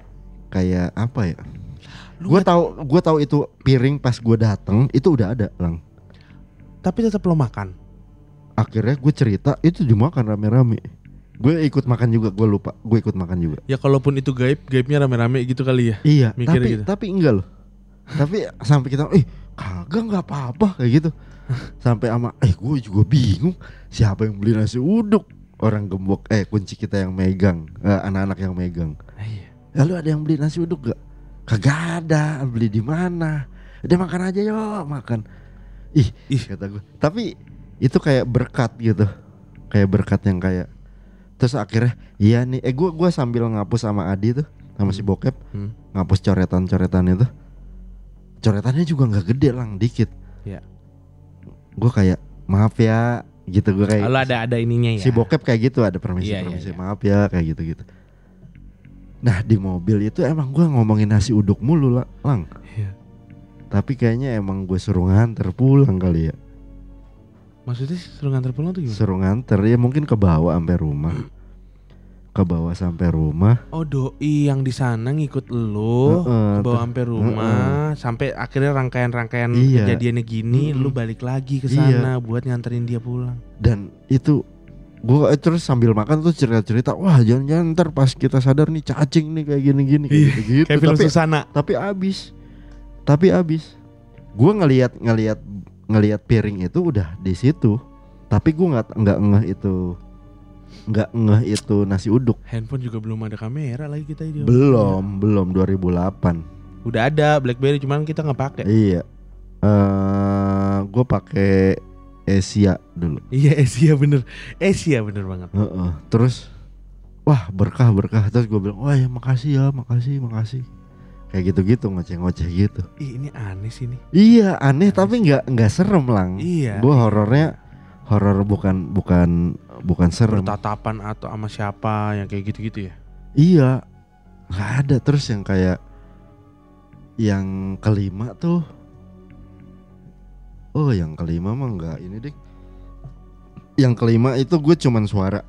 apa ya? Gue tahu itu piring pas gue dateng itu udah ada Lang. Tapi tetap lo makan. Akhirnya gue cerita itu dimakan rame-rame. Gue ikut makan juga, gue lupa. Gue ikut makan juga. Ya kalaupun itu gaibnya rame-rame gitu kali ya. Iya. Tapi gitu. enggak loh. Tapi sampai kita, kagak nggak apa-apa kayak gitu. Sampai sama, gue juga bingung siapa yang beli nasi uduk. Orang gembok, kunci kita yang megang, anak-anak yang megang. Lalu ada yang beli nasi uduk gak? Kagak ada. Beli di mana? Udah makan aja yuk, makan. Ih kata gue. Tapi itu kayak berkat gitu. Kayak berkat yang kayak. Terus akhirnya iya nih. Gue sambil ngapus sama Adi tuh, sama si Bokep, ngapus coretan-coretan itu. Coretannya juga nggak gede Lang, dikit. Iya. Gue kayak maaf ya, gitu gue kayak. Kalau ada ininya ya. Si Bokep kayak gitu, ada permisi, maaf ya kayak gitu. Nah di mobil itu emang gue ngomongin nasi uduk mulu Lang. Iya. Tapi kayaknya emang gue suruh nganter pulang kali ya. Maksudnya suruh nganter pulang tuh gimana? Suruh nganter ya, mungkin ke bawah sampai rumah. Oh doi yang di sana ngikut lu ke bawah sampai rumah, sampai akhirnya rangkaian kejadiannya gini, lu balik lagi ke sana buat nganterin dia pulang. Dan itu gue terus sambil makan tuh cerita-cerita, wah jangan-jangan ntar pas kita sadar nih cacing nih kayak gini-gini gitu. Kayak film Susana. Tapi abis. Gue ngelihat piring itu udah di situ, tapi gue nggak ngeh itu nggak ngeh itu nasi uduk. Handphone juga belum ada kamera lagi kita ini. Belum 2008. Udah ada BlackBerry cuman kita nggak pakai. Iya. Gue pakai Asia dulu. Iya Asia bener banget. Terus wah berkah. Terus gue bilang wah ya makasih. Kayak gitu-gitu ngoceh-ngoceh gitu. Ih ini aneh sih nih. Iya aneh tapi nggak serem lang. Iya. Gue horor bukan serem. Bertatapan atau sama siapa yang kayak gitu-gitu ya? Iya. Nggak ada. Terus yang kayak yang kelima tuh. Oh yang kelima mah nggak ini deh. Yang kelima itu gue cuman suara.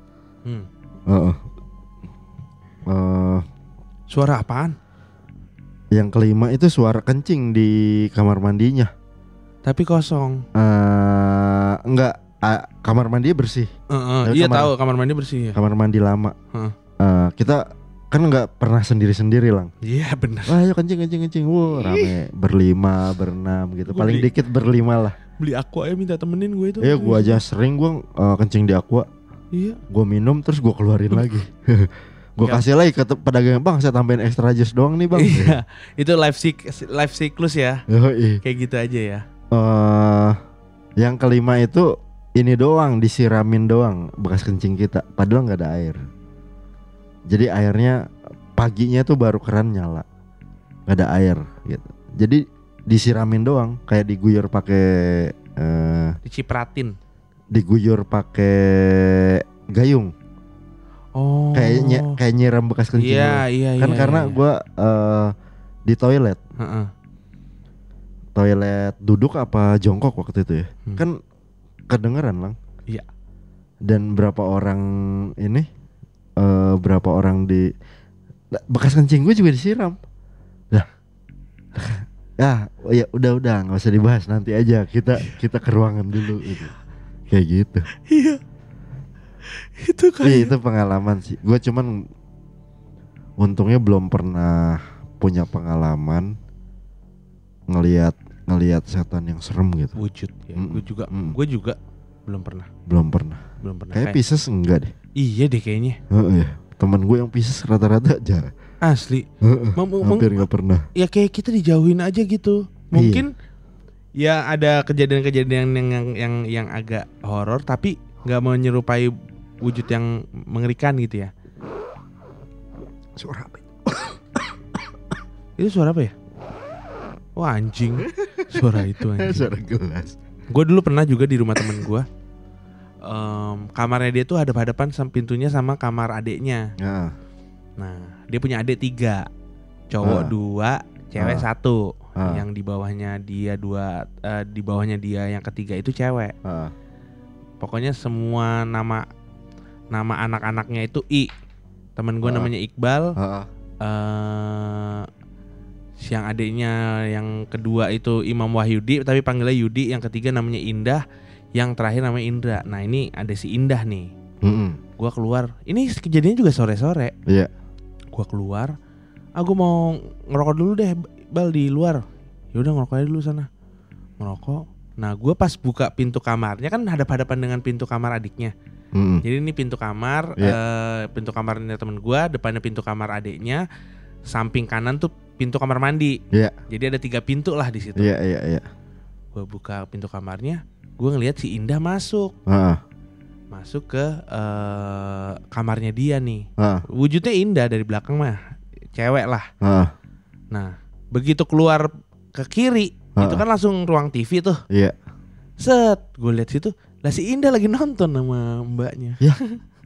Suara apaan? Yang kelima itu suara kencing di kamar mandinya. Tapi kosong. Enggak, kamar mandi bersih. Iya tahu kamar mandi bersih ya. Kamar mandi lama. Kita kan nggak pernah sendiri lang. Iya benar. Wah ayo kencing. Wow rame berlima berenam gitu. Paling dikit berlima lah. Beli aqua ya minta temenin gue itu. Iya gue aja sering gue kencing di aqua. Iya. Gue minum terus gue keluarin lagi. Gue kasih lagi ke pedagang, bang saya tambahin extra jus doang nih bang. Iya. Itu life cyclus ya. Kayak gitu aja ya. Yang kelima itu ini doang disiramin doang bekas kencing kita. Padahal nggak ada air. Jadi airnya paginya tuh baru keran nyala, nggak ada air gitu. Jadi disiramin doang, kayak diguyur pakai dicipratin. Diguyur pakai gayung. Oh. Kayak nyiram bekas kencing. Iya. Kan karena gue di toilet. Toilet duduk apa jongkok waktu itu ya? Kan kedengeran lang. Iya. Dan berapa orang di bekas kencing gue juga disiram. Ya udah nggak usah dibahas, nanti aja kita ke ruangan dulu gitu. Kayak gitu. Iya. Itu kan. Itu pengalaman sih. Gue cuman untungnya belum pernah punya pengalaman ngelihat setan yang serem gitu. Wujud ya. Gue juga belum pernah. Kayak Pisces enggak deh. Iya deh kayaknya. Iya. Temen gue yang Pisces rata-rata aja. Asli. Hampir nggak pernah. Ya kayak kita dijauhin aja gitu. Mungkin ya ada kejadian-kejadian yang agak horor tapi nggak menyerupai wujud yang mengerikan gitu ya. Suara apa itu? Itu suara apa ya? Wah anjing. Suara itu anjing. Suara gelas. Gue dulu pernah juga di rumah temen gue. Kamarnya dia tuh hadap-hadapan pintunya sama kamar adeknya. Nah dia punya adik 3, cowok 2, cewek 1. Yang di bawahnya dia 2, di bawahnya dia yang ketiga itu cewek. Pokoknya semua nama anak-anaknya itu I. Temen gue namanya Iqbal. Yang adiknya yang kedua itu Imam Wahyudi tapi panggilnya Yudi. Yang ketiga namanya Indah. Yang terakhir namanya Indra. Nah ini ada si Indah nih. Gua keluar. Ini kejadiannya juga sore-sore. Iya. Gua keluar. Aku mau ngerokok dulu deh Bal di luar. Yaudah ngerokok aja dulu sana. Ngerokok. Nah gua pas buka pintu kamarnya kan hadap-hadapan dengan pintu kamar adiknya. Jadi ini pintu kamar, pintu kamarnya temen gua, depannya pintu kamar adiknya, samping kanan tuh pintu kamar mandi. Jadi ada 3 pintu lah di situ. Iya. Gua buka pintu kamarnya. Gue ngelihat si Indah masuk ke kamarnya dia nih. Wujudnya Indah dari belakang mah cewek lah. Nah begitu keluar ke kiri itu kan langsung ruang TV tuh. Iya. Set gue lihat situ lah si Indah lagi nonton sama mbaknya. Ya.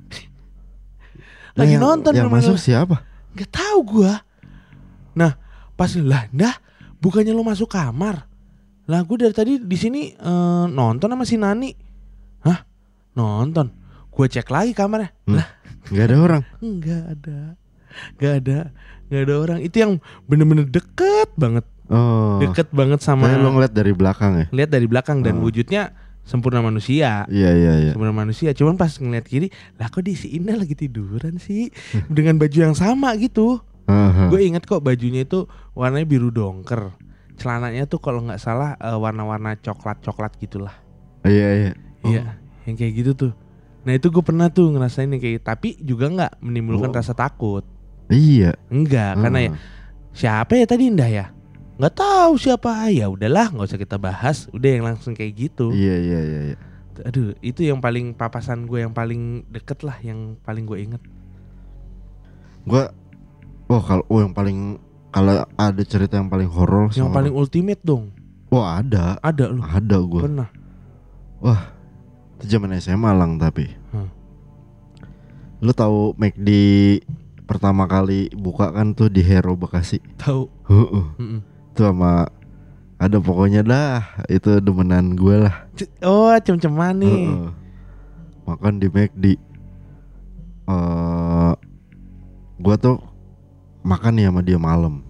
Lagi nonton. Yang masuk siapa? Gak tahu gue. Nah pas lah Indah bukannya lo masuk kamar? Lah gue dari tadi di sini nonton sama si Nani. Hah? Nonton? Gue cek lagi kamarnya. Lah, nggak ada orang. Nggak ada orang. Itu yang bener-bener deket banget. Deket banget sama. Saya lo ngeliat dari belakang ya? Lihat dari belakang dan wujudnya sempurna manusia. Iya. Sempurna manusia. Cuman pas ngeliat kiri, lah kok di si Indah lagi tiduran sih dengan baju yang sama gitu. Gue inget kok bajunya itu warnanya biru dongker. Celananya tuh kalau nggak salah warna-warna coklat gitulah. Iya. Iya, yang kayak gitu tuh. Nah itu gue pernah tuh ngerasain yang kayak, tapi juga nggak menimbulkan rasa takut. Iya. Enggak, karena ya siapa ya tadi Indah ya? Nggak tahu siapa. Ya udahlah, nggak usah kita bahas. Udah yang langsung kayak gitu. Iya. Aduh, itu yang paling papasan gue yang paling deket lah, yang paling gue inget. Gue, yang paling, kalau ada cerita yang paling horor, yang paling ultimate dong. Wah ada lu. Ada gue. Pernah. Wah, itu zaman SMA lang tapi. Lu tahu McD pertama kali buka kan tuh di Hero Bekasi. Tahu. Itu sama ada pokoknya dah, itu demenan gue lah. Oh, cem-ceman nih. Makan di McD. Gue tuh makan nih sama dia malam.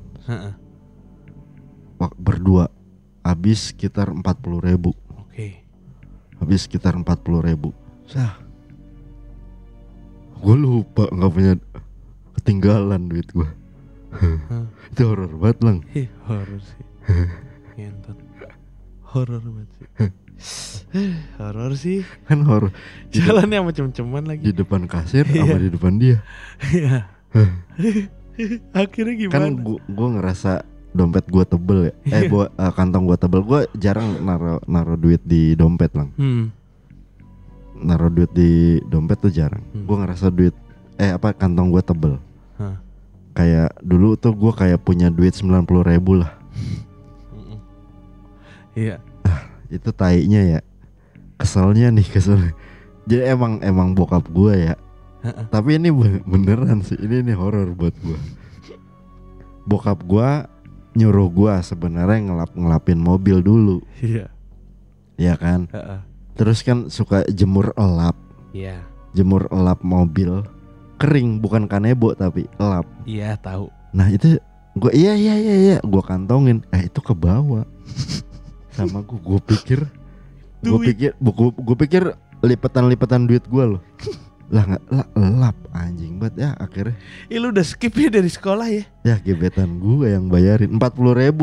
Berdua. Habis sekitar 40.000. Oke. Habis sekitar 40.000. Gue lupa, nggak punya, ketinggalan duit gue. Itu horor banget lang. Horor sih. Ngentot. Horor banget sih. Horor sih. Kan horor. Jalannya sama cem-ceman lagi. Di depan kasir sama di depan dia. Iya. Akhirnya gimana? Kan gue ngerasa dompet gue tebel ya. Kantong gue tebel. Gue jarang naro duit di dompet lang. Naro duit di dompet tuh jarang. Gue ngerasa duit kantong gue tebel. Kayak dulu tuh gue kayak punya duit 90.000 lah. Iya. Itu tainya ya. Keselnya. Jadi emang bokap gue ya. Tapi ini beneran sih. Ini horor buat gue. Bokap gue nyuruh gue sebenarnya ngelapin mobil dulu. Iya. Iya kan. Terus kan suka jemur elap. Iya. Jemur elap mobil kering, bukan kanebo tapi elap. Iya tahu. Nah itu gue iya gue kantongin. Itu ke bawah. Sama gue pikir lipetan duit gue loh. Lah elap anjing banget ya akhirnya. Lu udah skip ya dari sekolah ya? Ya gebetan gue yang bayarin 40.000.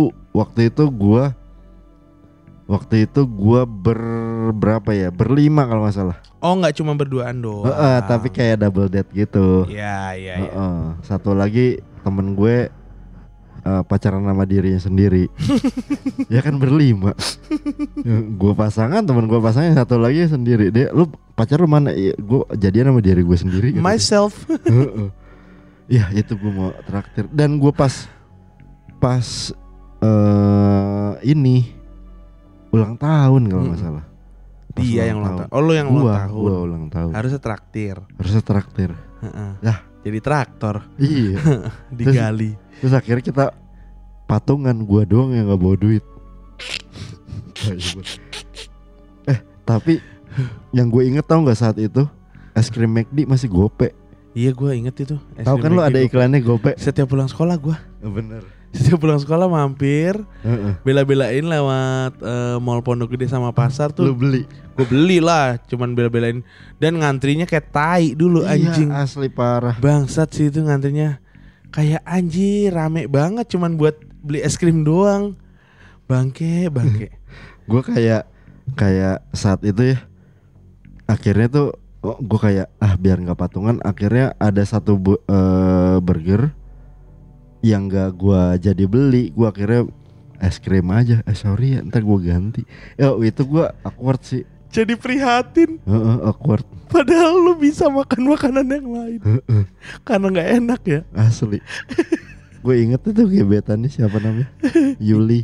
Waktu itu gue berapa ya? Berlima kalau nggak salah. Oh nggak cuma berduaan doang. Tapi kayak double date gitu. Iya. Satu lagi temen gue pacaran sama dirinya sendiri. Ya kan berlima. Gue pasangan, temen gue pasangan, satu lagi sendiri. Dia, lu pacar lu mana? Gue jadian sama diri gue sendiri. Myself. Ya itu gue mau traktir. Dan gue pas ini ulang tahun kalau nggak salah. Dia yang ulang tahun. Oh lu yang ulang tahun. Gue ulang tahun. Harusnya traktir. Ya jadi traktor. Iya. Digali. Terus akhirnya kita patungan, gue doang yang gak bawa duit. Tapi yang gue inget tau gak saat itu, es krim McD masih gope. Iya gue inget itu. Tahu kan lo ada iklannya gope. Setiap pulang sekolah gue. Bener. Setiap pulang sekolah mampir, bela-belain lewat mall Pondok Gede sama pasar tuh. Lu beli? Gue beli lah, cuman bela-belain. Dan ngantrinya kayak tai dulu anjing. Iya asli parah. Bangsat sih itu ngantrinya. Kayak anjir rame banget cuman buat beli es krim doang. Bangke. Gue kayak saat itu ya. Akhirnya tuh gue kayak biar gak patungan. Akhirnya ada satu burger yang gak gue jadi beli. Gue akhirnya es krim aja. Sorry ya ntar gue ganti. Itu gue awkward sih. Jadi prihatin. Awkward. Padahal lu bisa makan makanan yang lain. Karena gak enak ya. Asli. Gue inget itu gebetannya siapa namanya? Yuli.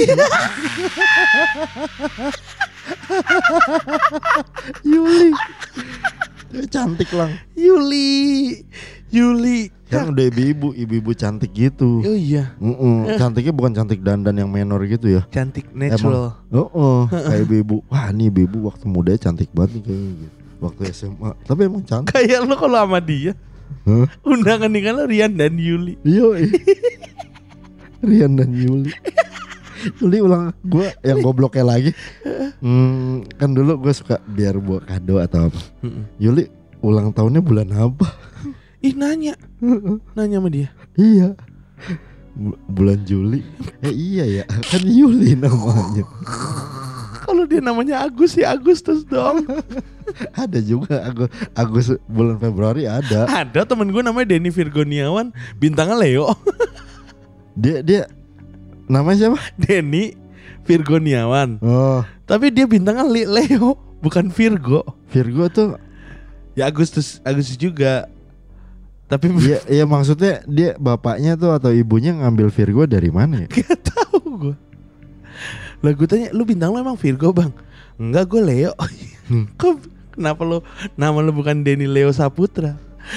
Yuli. Cantik lang. Yuli. Kan udah ibu-ibu cantik gitu. Oh iya. Cantiknya bukan cantik dandan yang menor gitu ya. Cantik natural. Kayak ibu. Wah ini ibu waktu muda cantik banget nih kayaknya gitu. Waktu SMA. Tapi emang cantik. Kayak lu kalau sama dia. Undangan nikah lo Rian dan Yuli. Iya. Rian dan Yuli. Yuli ulang gue yang gobloknya lagi. Kan dulu gue suka biar buat kado atau apa. Yuli ulang tahunnya bulan apa? Ih nanya sama dia. Iya. Bulan Juli. Iya ya. Kan Yuli namanya. Kalau Kalau dia namanya Agus ya Agustus dong. Ada juga Agus bulan Februari ada. Ada temen gue namanya Denny Virgoniawan, bintangnya Leo. Dia namanya siapa? Denny Virgoniawan. Oh, Tapi dia bintangnya Leo, bukan Virgo. Virgo tuh Ya Agustus juga. Tapi iya maksudnya dia bapaknya tuh atau ibunya ngambil Virgo dari mana ya? gak tahu gue. Lah gue tanya, lu bintang lu emang Virgo bang? Enggak, gue Leo. Kok kenapa lu nama lu bukan Denny Leo Saputra?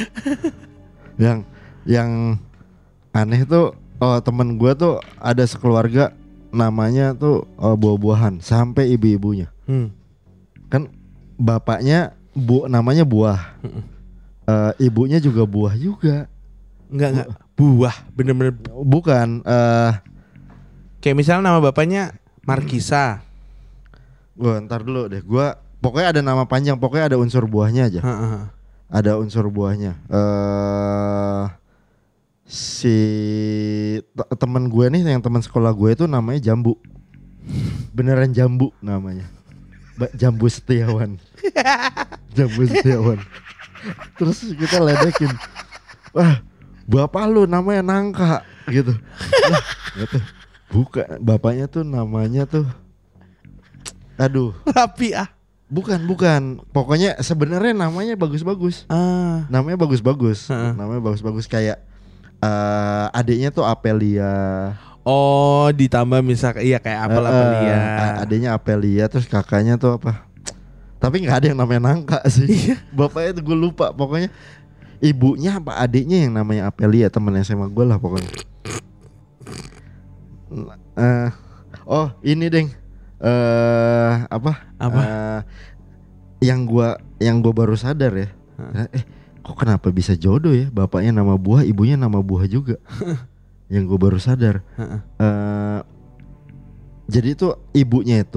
Yang aneh tuh temen gue tuh ada sekeluarga namanya tuh buah-buahan sampai ibu-ibunya. Kan bapaknya namanya Buah. Ibunya juga Buah juga. Enggak buah, bener-bener Bukan kayak misalnya nama bapaknya Markisa. Gua ntar dulu deh. Gua pokoknya ada nama panjang, pokoknya ada unsur buahnya aja. Ada unsur buahnya. Si temen gue nih, yang teman sekolah gue itu namanya Jambu. Beneran Jambu namanya. Jambu Setiawan. Jambu Setiawan. Terus kita ledekin, wah bapak lu namanya Nangka gitu. Lah, gitu. Bukan, bapaknya tuh namanya tuh, aduh, Rapi ah. bukan. Pokoknya sebenarnya namanya bagus-bagus. Namanya bagus-bagus. Namanya bagus-bagus kayak adiknya tuh Apelia. Oh, ditambah misalkan iya kayak Apelia. Adiknya Apelia, terus kakaknya tuh apa? Tapi nggak ada yang namanya Nangka sih. Bapaknya tuh gue lupa. Pokoknya ibunya apa adiknya yang namanya Apelia, temen SMA gue lah pokoknya. Oh ini deng. Apa? Yang gue baru sadar ya. Kok kenapa bisa jodoh ya? Bapaknya nama Buah, ibunya nama Buah juga. Yang gue baru sadar. Jadi itu ibunya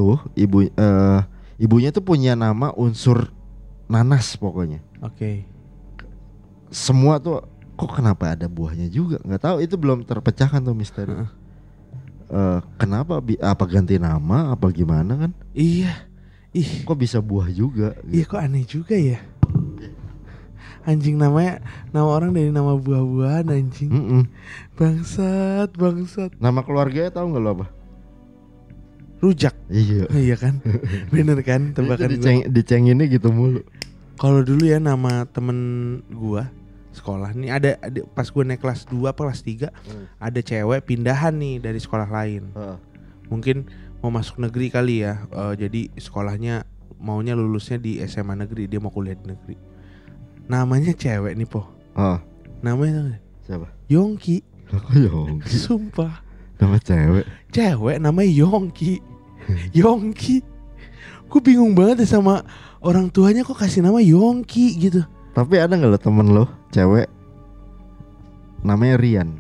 tuh punya nama unsur nanas pokoknya. Oke. Semua tuh kok kenapa ada buahnya juga? Nggak tahu, itu belum terpecahkan tuh misteri. Kenapa? Apa ganti nama? Apa gimana kan? Iya. Kok bisa buah juga? Iya kok aneh juga ya. Anjing nama orang dari nama buah-buahan anjing. Bangsat. Nama keluarganya tahu nggak lo apa? Rujak. Iya Kan. Bener kan tebakan gue. Dicenginnya gitu mulu. Kalau dulu ya nama temen gua sekolah nih ada pas gue naik kelas 2 apa kelas 3 ada cewek pindahan nih dari sekolah lain. Mungkin mau masuk negeri kali ya. Jadi sekolahnya maunya lulusnya di SMA negeri, dia mau kuliah di negeri. Namanya cewek nih po. Namanya siapa? Yongki. Yongki. Sumpah. Nama cewek. Cewek namanya Yongki. Yongki. Gue bingung banget deh sama orang tuanya kok kasih nama Yongki gitu. Tapi ada nggak lo temen lo cewek namanya Rian?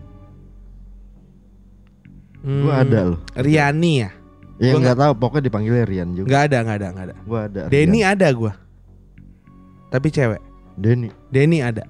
Gue ada lo. Riani ya? Ya nggak tahu, pokoknya dipanggilnya Rian juga. Nggak ada. Gue ada. Denny ada gue. Tapi cewek. Denny ada.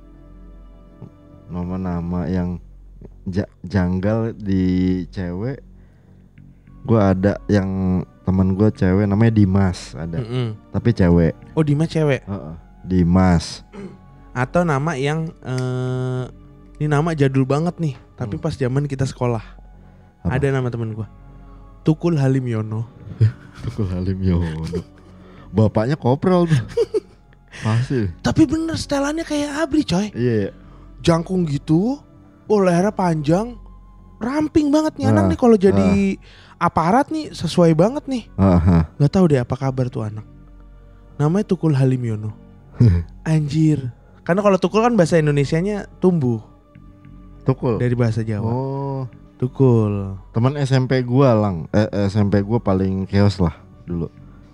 Nama-nama yang janggal di cewek. Gue ada yang teman gue cewek namanya Dimas ada. Tapi cewek. Oh Dimas cewek. Dimas. Atau nama yang ini nama jadul banget nih. Tapi pas zaman kita sekolah. Apa? Ada nama teman gue Tukul Halim Yono. Tukul Halim Yono. Bapaknya kopral tuh. Pasti. Tapi bener setelannya kayak Abri coy. Iya. Jangkung gitu. Lehernya panjang. Ramping banget nih anak nih kalau jadi aparat nih sesuai banget nih. Gak tahu deh apa kabar tuh anak. Namanya Tukul Halim Yono. Anjir. Karena kalau tukul kan bahasa Indonesianya tumbuh. Tukul. Dari bahasa Jawa. Oh. Tukul. Teman SMP gua SMP gua paling chaos lah dulu.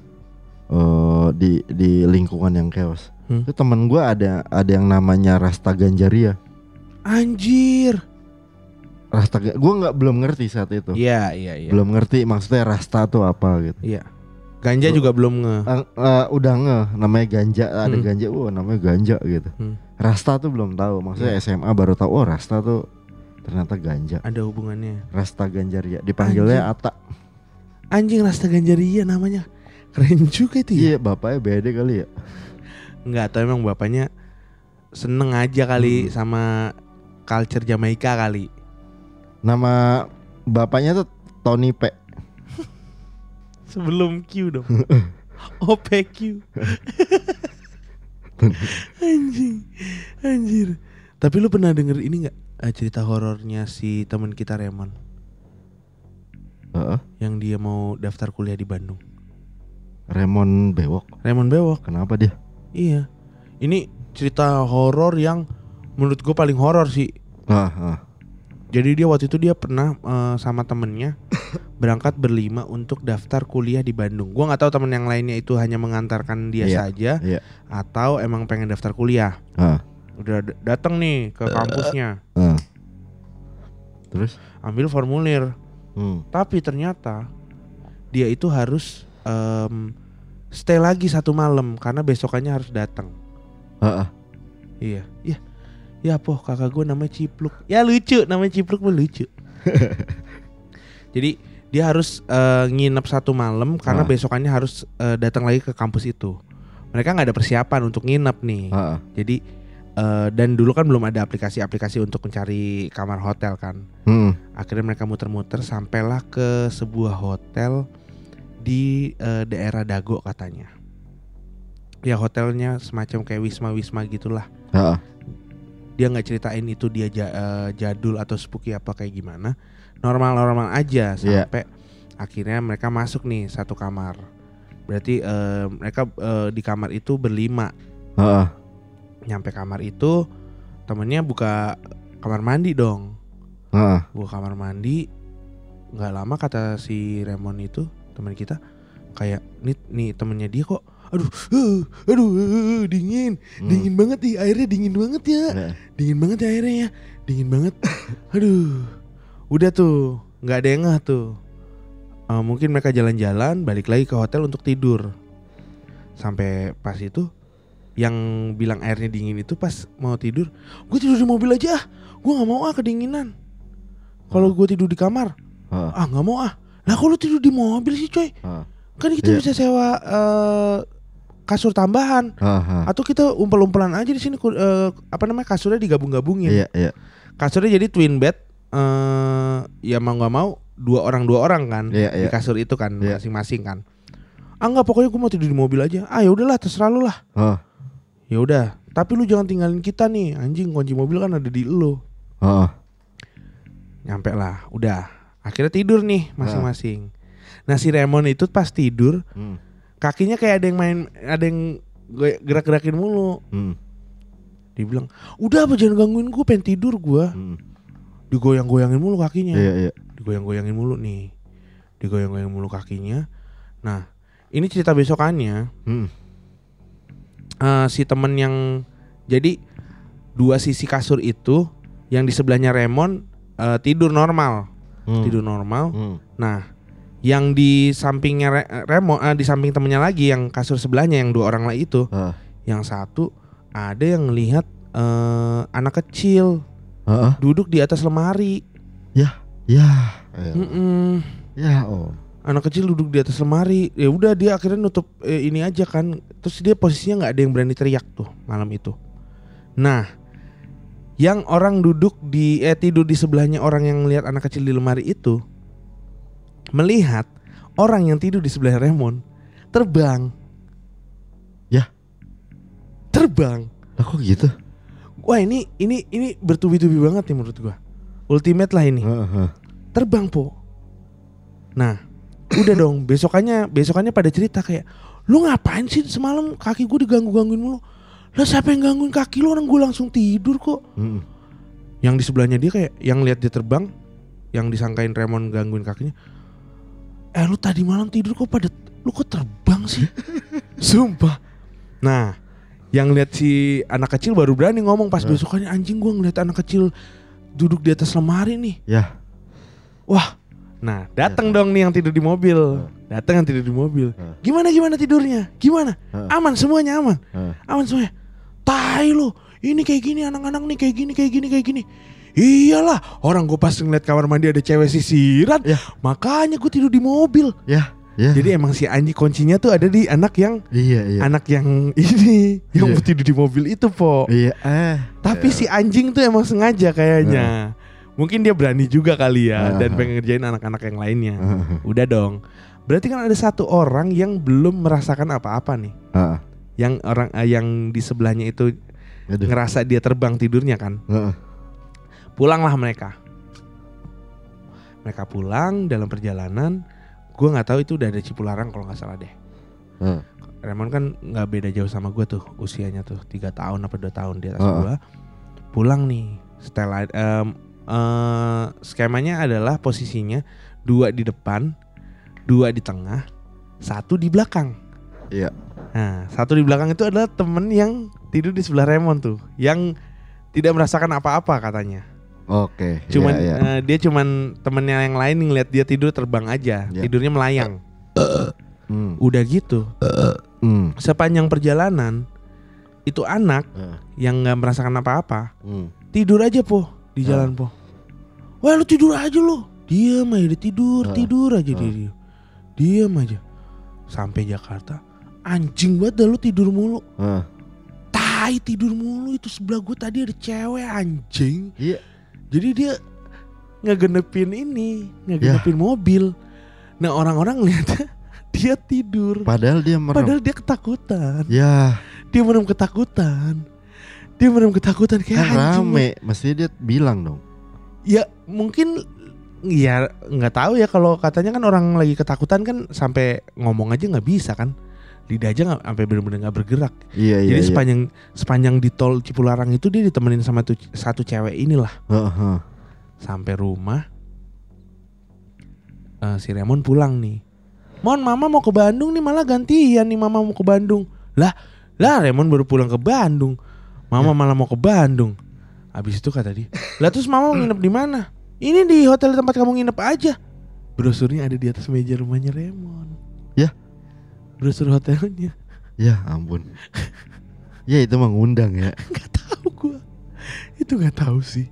Di lingkungan yang chaos. Itu teman gua ada yang namanya Rasta Ganjaria. Anjir. Rasta, gue belum ngerti saat itu. Iya. Belum ngerti maksudnya Rasta tuh apa gitu. Iya. Ganja juga belum udah namanya ganja, ada ganja, namanya ganja gitu. Rasta tuh belum tahu, maksudnya SMA baru tahu. Oh Rasta tuh ternyata ganja. Ada hubungannya. Rasta Ganjaria, dipanggilnya Ata. Anjing Rasta Ganjaria namanya. Keren juga itu ya. Iya, bapaknya beda kali ya. Enggak, atau emang bapaknya seneng aja kali sama culture Jamaika kali. Nama bapaknya tuh Tony P. Sebelum Q dong. OPQ. Anjir. Tapi lu pernah denger ini gak cerita horornya si teman kita Raymond? Yang dia mau daftar kuliah di Bandung. Raymond Bewok. Kenapa dia? Iya. Ini cerita horor yang menurut gue paling horor sih. Jadi dia waktu itu dia pernah sama temennya berangkat berlima untuk daftar kuliah di Bandung. Gua nggak tahu temen yang lainnya itu hanya mengantarkan dia saja atau emang pengen daftar kuliah. Udah datang nih ke kampusnya. Terus ambil formulir. Tapi ternyata dia itu harus stay lagi 1 malam karena besokannya harus datang. Iya. Ya poh kakak gue namanya Cipluk. Ya lucu, namanya Cipluk pun lucu. Jadi dia harus nginep 1 malam karena besokannya harus datang lagi ke kampus itu. Mereka nggak ada persiapan untuk nginep nih. Jadi dan dulu kan belum ada aplikasi-aplikasi untuk mencari kamar hotel kan. Akhirnya mereka muter-muter sampailah ke sebuah hotel di daerah Dago katanya. Ya hotelnya semacam kayak wisma-wisma gitulah. Dia nggak ceritain itu dia jadul atau spooky apa kayak gimana. Normal-normal aja sampai akhirnya mereka masuk nih 1 kamar. Berarti mereka di kamar itu berlima. Nyampe kamar itu temennya buka kamar mandi dong. Buka kamar mandi. Nggak lama kata si Raymond itu teman kita kayak nih temennya dia kok aduh dingin banget nih airnya, dingin banget ya airnya, dingin banget. Aduh, udah tuh nggak ada yang ngeh tuh. Mungkin mereka jalan-jalan balik lagi ke hotel untuk tidur. Sampai pas itu yang bilang airnya dingin itu pas mau tidur, gue tidur di mobil aja, gue nggak mau kedinginan. Kalau gue tidur di kamar, nggak mau Lah kalau tidur di mobil sih coy, kan kita bisa sewa kasur tambahan, atau kita umpel-umpelan aja di sini. Kasurnya digabung-gabungin. Kasurnya jadi twin bed. Ya mau nggak mau 2 orang kan di kasur itu kan masing-masing kan. Enggak, pokoknya gue mau tidur di mobil aja. Ya udahlah, terserah lu lah. Ya udah, tapi lu jangan tinggalin kita nih, anjing, kunci mobil kan ada di lu. Nyampe lah, udah. Akhirnya tidur nih masing-masing. Nah si Raymond itu pas tidur, kakinya kayak ada yang gerak-gerakin mulu. Dia bilang, udah apa jangan gangguin gue, pengen tidur gue. Digoyang-goyangin mulu kakinya. Digoyang-goyangin mulu nih. Digoyang-goyangin mulu kakinya. Nah ini cerita besokannya. Si temen yang jadi 2 sisi kasur itu, yang di sebelahnya Raymond tidur normal. Nah yang di sampingnya di samping temennya lagi yang kasur sebelahnya yang 2 orang lah itu, yang satu ada yang ngelihat anak kecil duduk di atas lemari. Anak kecil duduk di atas lemari. Ya udah dia akhirnya nutup ini aja kan. Terus dia posisinya nggak ada yang berani teriak tuh malam itu. Nah yang orang duduk tidur di sebelahnya orang yang ngelihat anak kecil di lemari itu melihat orang yang tidur di sebelah Raymond terbang. Terbang. Kok gitu? Wah ini bertubi-tubi banget nih menurut gua. Ultimate lah ini. Terbang po. Nah, udah dong. Besokannya pada cerita kayak, lu ngapain sih semalam kaki gua diganggu-gangguin mulu? Lah siapa yang gangguin kaki lu? Orang gua langsung tidur kok. Yang di sebelahnya dia kayak yang lihat dia terbang, yang disangkain Raymond gangguin kakinya. Lu tadi malam tidur kok lu kok terbang sih? Sumpah. Nah, yang lihat si anak kecil baru berani ngomong pas besokannya, anjing gua ngeliat anak kecil duduk di atas lemari nih. Wah. Nah, datang dong nih yang tidur di mobil. Gimana tidurnya? Gimana? Aman semuanya, aman. Aman semuanya. Tai lu, Ini kayak gini anak-anak nih kayak gini. Iyalah, orang gue pas ngeliat kamar mandi ada cewek sisiran, makanya gue tidur di mobil. Ya. Jadi emang si anjing kuncinya tuh ada di anak yang anak yang ini yang tidur di mobil itu, Po. Iya. Tapi si anjing tuh emang sengaja kayaknya. Mungkin dia berani juga kali ya dan pengen ngerjain anak-anak yang lainnya. Udah dong. Berarti kan ada satu orang yang belum merasakan apa-apa nih. Yang orang yang di sebelahnya itu ngerasa dia terbang tidurnya kan. Pulanglah mereka. Mereka pulang dalam perjalanan. Gue nggak tahu itu udah ada Cipularang kalau nggak salah deh. Raymond kan nggak beda jauh sama gue tuh usianya tuh 3 tahun apa 2 tahun di atas gue. Pulang nih. Setelah skemanya adalah posisinya 2 di depan, 2 di tengah, 1 di belakang. Iya. Nah 1 di belakang itu adalah temen yang tidur di sebelah Raymond tuh, yang tidak merasakan apa-apa katanya. Oke. Cuman dia cuman temennya yang lain ngeliat dia tidur terbang aja, tidurnya melayang. Udah gitu. Sepanjang perjalanan itu anak yang nggak merasakan apa-apa, tidur aja Po di jalan Po. Wah lu tidur aja lu, diem aja dia tidur aja dia, diem aja. Sampai Jakarta, anjing banget dah lu tidur mulu. Tai tidur mulu, itu sebelah gue tadi ada cewek anjing. Iya. Jadi dia ngegenepin mobil. Nah orang-orang lihat dia tidur. Padahal dia ketakutan. Ya. Dia merem ketakutan kayak kan anjing. Rame, mesti dia bilang dong. Ya mungkin ya nggak tahu ya, kalau katanya kan orang lagi ketakutan kan sampai ngomong aja nggak bisa kan. Lidah aja sampai benar-benar nggak bergerak. Jadi sepanjang di tol Cipularang itu dia ditemenin sama satu cewek inilah. Sampai rumah, si Raymond pulang nih. Mon, mama mau ke Bandung nih, malah gantian nih mama mau ke Bandung. Lah Raymond baru pulang ke Bandung, mama malah mau ke Bandung. Abis itu kata dia, lah terus mama mau nginep di mana? Ini di hotel tempat kamu nginep aja. Brosurnya ada di atas meja rumahnya Raymond. Ya. Brosur hotelnya. Ya ampun. Ya itu mengundang ya. Gak tahu gue. Itu gak tahu sih.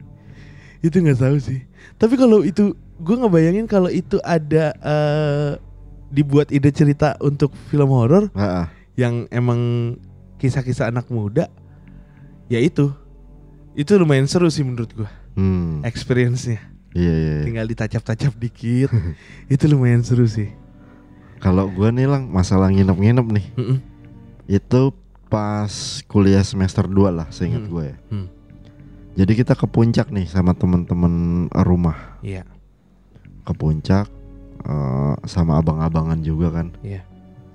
Tapi kalau itu, gue ngebayangin kalau itu ada dibuat ide cerita untuk film horor yang emang kisah-kisah anak muda, ya itu lumayan seru sih menurut gue. Experience-nya. Iya. Tinggal ditacap-tacap dikit. Itu lumayan seru sih. Kalau gue nih Lang, masalah nginep-nginep nih, itu pas kuliah semester 2 lah seingat gue ya. Jadi kita ke puncak nih sama temen-temen rumah. Iya. Ke puncak sama abang-abangan juga kan. Iya.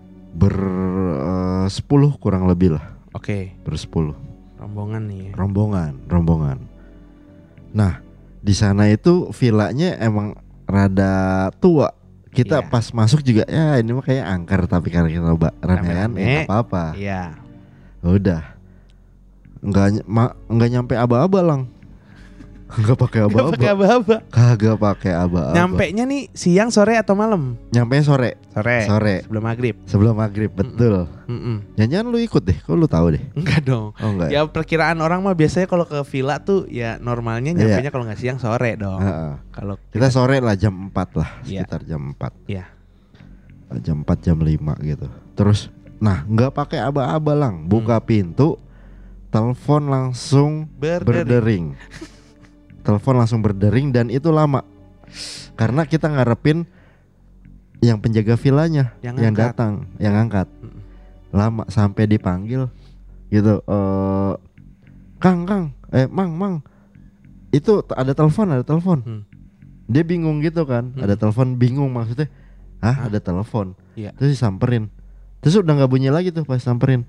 10 kurang lebih lah. Oke. 10. Rombongan nih ya. Rombongan. Nah di sana itu villanya emang rada tua. Kita pas masuk juga ya ini mah kayak angker, tapi karena kita ramean ya apa-apa. Iya. Udah. Enggak nyampe aba-aba Lang. Enggak pakai aba-aba. Kagak pakai aba-aba. Nyampenya nih siang, sore atau malam? Nyampenya sore. Sebelum maghrib, betul. Jangan lu ikut deh, kok lu tahu deh. Enggak dong. Oh, enggak. Ya perkiraan orang mah biasanya kalau ke villa tuh ya normalnya nyampenya kalau nggak siang sore dong. Kalau kita sore lah jam 4 lah, sekitar jam 4. Iya. Jam 4 jam 5 gitu. Terus nggak pakai aba-aba Lang, buka pintu, telepon langsung berdering. Telepon langsung berdering dan itu lama. Karena kita ngarepin yang penjaga villanya yang datang, yang angkat. Lama sampai dipanggil gitu. Kang, Mang. Itu ada telepon. Dia bingung gitu kan. Ada telepon, bingung maksudnya. Ada telepon. Terus disamperin. Terus udah enggak bunyi lagi tuh pas samperin.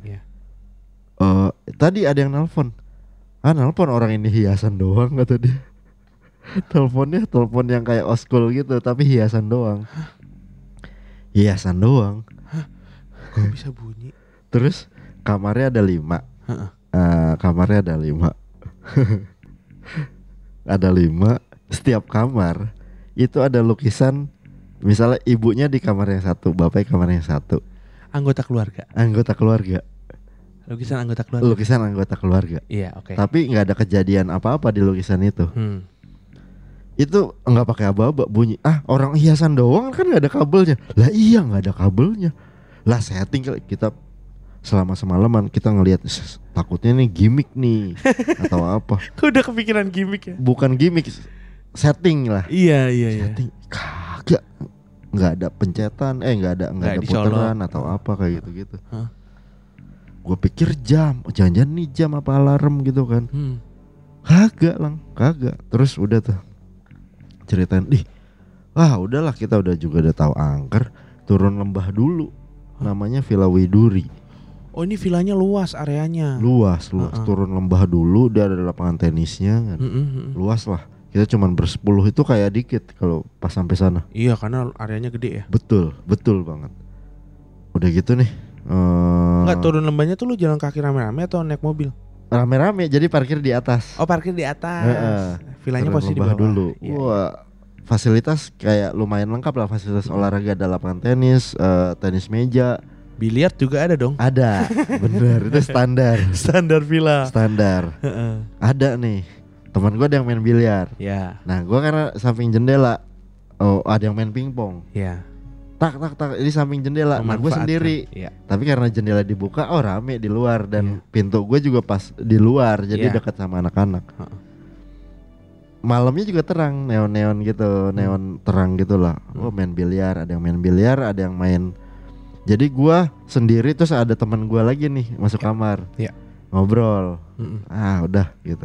Tadi ada yang nelpon. Nelpon orang ini hiasan doang kata dia. Teleponnya telepon yang kayak old school gitu, tapi hiasan doang. Kok bisa bunyi? Terus kamarnya ada 5. Kamarnya ada 5. Ada 5. Setiap kamar itu ada lukisan. Misalnya ibunya di kamar yang 1, bapaknya kamar yang 1. Anggota keluarga. Lukisan anggota keluarga. Lukisan anggota keluarga. Iya, oke. Tapi nggak ada kejadian apa-apa di lukisan itu. Itu nggak pakai aba-aba, bunyi orang hiasan doang kan nggak ada kabelnya. Lah iya nggak ada kabelnya. Lah setting kita selama semalaman kita ngelihat takutnya nih gimmick nih atau apa. Kok udah kepikiran gimmick ya? Bukan gimmick, setting lah. Iya. Setting kagak, nggak ada pencetan, nggak ada putaran atau apa kayak gitu. Gue pikir jam, jangan-jangan nih jam apa alarm gitu kan. Kagak. Terus udah tuh ceritain, udahlah kita udah tahu angker, turun lembah dulu. Namanya Villa Widuri. Oh ini villanya luas areanya. Luas. Turun lembah dulu, dia ada lapangan tenisnya kan. Luas lah. Kita cuman bersepuluh itu kayak dikit kalau pas sampai sana. Iya karena areanya gede ya. Betul banget. Udah gitu nih. Enggak, turun lembahnya tuh lu jalan kaki rame-rame atau naik mobil? Rame-rame, jadi parkir di atas. Oh parkir di atas. Villanya posisi di bawah dulu. Iya. Wah, fasilitas kayak lumayan lengkap lah. Fasilitas olahraga, ada lapangan tenis, tenis meja. Biliar juga ada dong? Ada, bener, itu standar. Standar villa. Standar. Ada nih, teman gue ada yang main biliar. Ya. Nah gue karena samping jendela, ada yang main pingpong. Ya. Tak, ini samping jendela. Nah gue sendiri. Ya. Tapi karena jendela dibuka, rame di luar. Dan pintu gue juga pas di luar, jadi dekat sama anak-anak. Malamnya juga terang, neon gitu, neon terang gitulah. Main biliar, ada yang main biliar, ada yang main. Jadi gue sendiri, terus ada teman gue lagi nih masuk kamar, ngobrol. Udah gitu.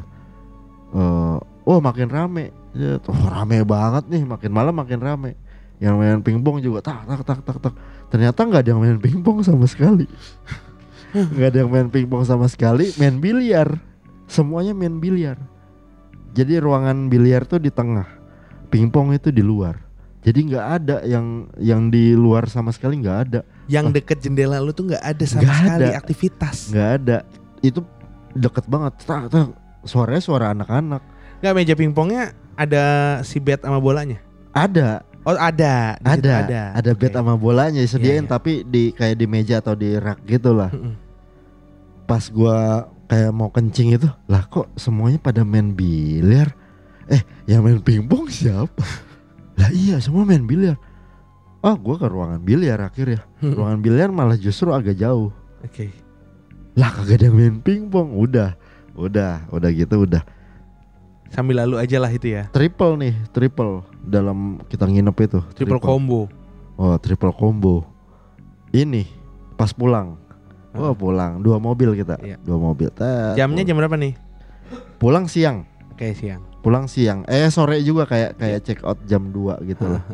Makin rame. Rame banget nih, makin malam makin rame. Yang main pingpong juga tak. Ternyata nggak ada yang main pingpong sama sekali. Nggak ada yang main pingpong sama sekali. Main biliar, semuanya main biliar. Jadi ruangan biliar tuh di tengah, pingpong itu di luar. Jadi nggak ada yang di luar sama sekali, nggak ada. Yang deket jendela lu tuh nggak ada sama sekali aktivitas. Nggak ada. Itu deket banget. Suaranya suara anak-anak. Nggak, meja pingpongnya ada si bat sama bolanya? Ada. Oh ada. Ada bat sama bolanya disediain, tapi kayak di meja atau di rak gitulah. Pas gua kayak mau kencing itu, lah kok semuanya pada main biliar? Yang main pingpong siapa? Lah iya semua main biliar. Gua ke ruangan biliar akhirnya. Ruangan biliar malah justru agak jauh. Oke. Lah kagak ada yang main pingpong. Udah gitu. Sambil lalu aja lah itu ya. Triple dalam kita nginep itu. Triple combo. Triple combo. Ini pas pulang. Pulang 2 mobil kita. 2 mobil. Jamnya jam berapa nih? Pulang siang. Oke, siang. Pulang siang. Sore juga kayak check out jam 2 gitu lah.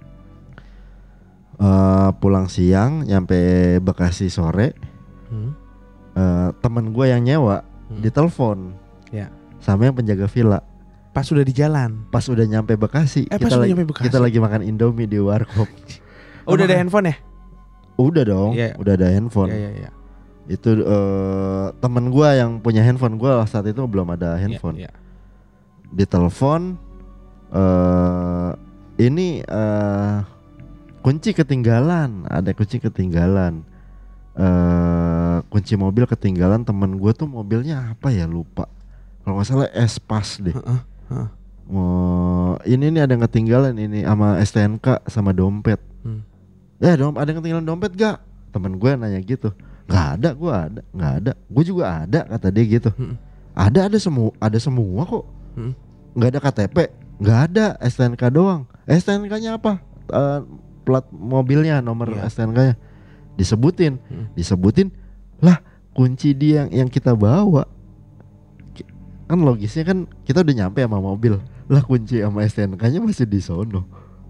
Pulang siang, nyampe Bekasi sore. Temen gue yang nyewa ditelepon. Ya. Sama yang penjaga villa. Pas udah di jalan. Pas udah nyampe Bekasi. Kita lagi makan Indomie di warkop. Udah ada handphone ya? Udah dong. Udah ada handphone. Iya. Itu temen gue yang punya handphone. Gue saat itu belum ada handphone. Ditelepon. Ini kunci ketinggalan. Ada kunci ketinggalan. Kunci mobil ketinggalan. Temen gue tuh mobilnya apa ya, lupa. Kalau nggak salah Espas deh. Ini ada yang ketinggalan ini sama STNK sama dompet. Ada yang ketinggalan dompet gak? Temen gue nanya gitu. Nggak ada, gue juga ada, kata dia gitu. Ada semua kok. Nggak ada KTP, nggak ada, STNK doang. STNK-nya apa? Plat mobilnya, nomor STNK-nya. Disebutin. Lah kunci dia yang kita bawa. Kan logisnya kan kita udah nyampe sama mobil. Lah kunci sama STNK-nya masih di sono.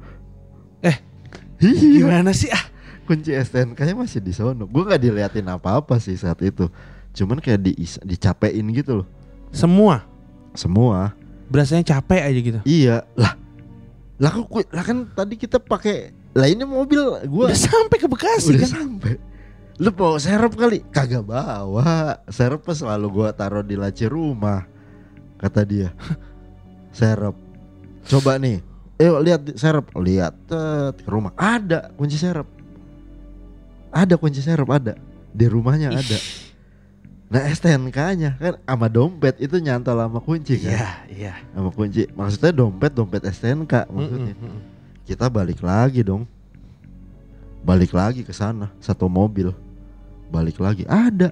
Gimana sih Kunci STNK-nya masih di sono. Gue gak diliatin apa-apa sih saat itu. Cuman kayak dicapein gitu loh. Semua. Berasanya capek aja gitu. Iya. Lah kan tadi kita pakai. Lah ini mobil gue udah sampai ke Bekasi udah kan? Sampai. Lu bawa serep kali? Kagak bawa. Serep selalu gue taruh di laci rumah. Kata dia. Serep. Coba nih. Lihat serep. Lihat ke rumah. Ada kunci serep. Ada kunci serep, ada. Di rumahnya ada. Nah STNK-nya kan sama dompet itu nyantol sama kunci kan. Iya. Sama kunci. Maksudnya dompet STNK maksudnya. Kita balik lagi dong. Balik lagi ke sana, satu mobil. Balik lagi ada.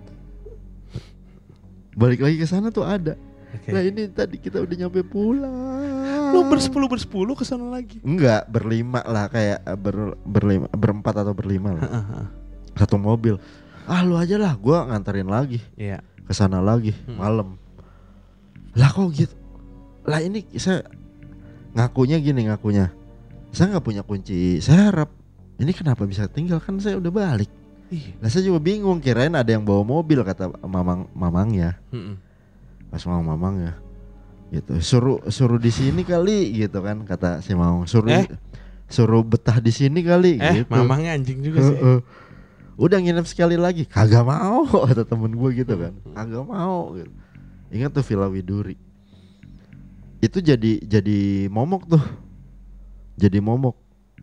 Balik lagi ke sana tuh ada. Okay. Nah ini tadi kita udah nyampe pulang. Lu bersepuluh ke sana lagi. Enggak, berlima lah kayak berlima, berempat atau berlima lah. Satu mobil. Ah lu aja lah, gua nganterin lagi. Iya. Ke sana lagi malam. Lah kok gitu? Lah ini saya ngakunya. Saya nggak punya kunci serep. Ini kenapa bisa tinggal, kan saya udah balik. Nah saya juga bingung, kirain ada yang bawa mobil kata mamangnya. Pas mamangnya gitu, suruh di sini kali gitu kan kata si Maung, suruh betah di sini kali gitu. Mamangnya anjing juga sih. Udah nginep sekali lagi, kagak mau kata temen gue gitu kan, kagak mau gitu. Ingat tuh Villa Widuri itu jadi momok tuh, jadi momok.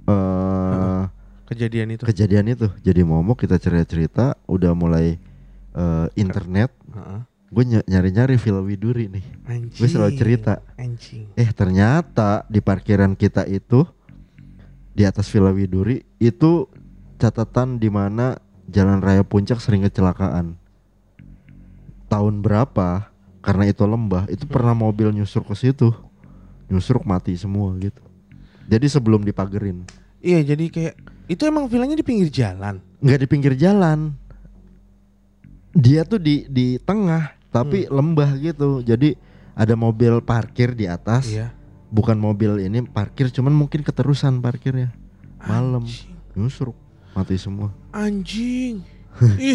Kejadian itu jadi momok, kita cerita udah mulai internet. Gue nyari Villa Widuri nih. Gue selalu cerita. Ternyata di parkiran kita itu di atas Villa Widuri itu catatan di mana Jalan Raya Puncak sering kecelakaan. Tahun berapa? Karena itu lembah, itu pernah mobil nyusruk ke situ. Nyusruk mati semua gitu. Jadi sebelum dipagerin. Iya, jadi kayak itu emang villanya di pinggir jalan. Enggak di pinggir jalan. Dia tuh di tengah, tapi lembah gitu. Jadi ada mobil parkir di atas. Iya. Bukan mobil ini parkir, cuman mungkin keterusan parkirnya. Malam nyusruk, mati semua. Anjing. Ih.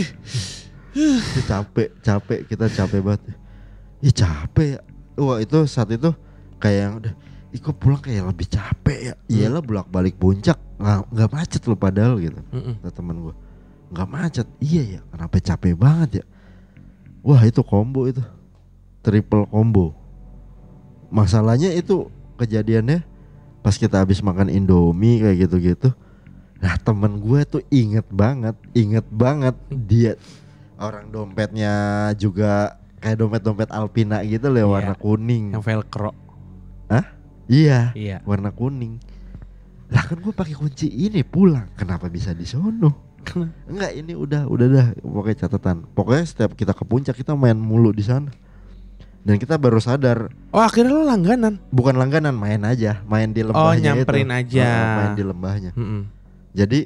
Capek, kita capek banget. Ih capek ya. Wah itu saat itu kayak yang udah, kok pulang kayak lebih capek ya. Iyalah bolak-balik puncak nggak macet loh padahal gitu. Kata temen gue nggak macet. Iya ya, kenapa capek banget ya. Wah itu combo itu, triple combo. Masalahnya itu kejadiannya pas kita habis makan Indomie kayak gitu-gitu. Nah temen gue tuh inget banget dia orang dompetnya juga kayak dompet Alpina gitu loh, warna kuning. Yang velcro. Hah? Iya. Warna kuning. Lah kan gue pakai kunci ini pulang. Kenapa bisa di sono? Enggak, ini udah dah pokoknya catatan. Pokoknya setiap kita ke puncak kita main mulu di sana. Dan kita baru sadar. Oh akhirnya lo langganan? Bukan langganan, main aja, main di lembahnya. Oh nyamperin itu. aja. Main di lembahnya. Jadi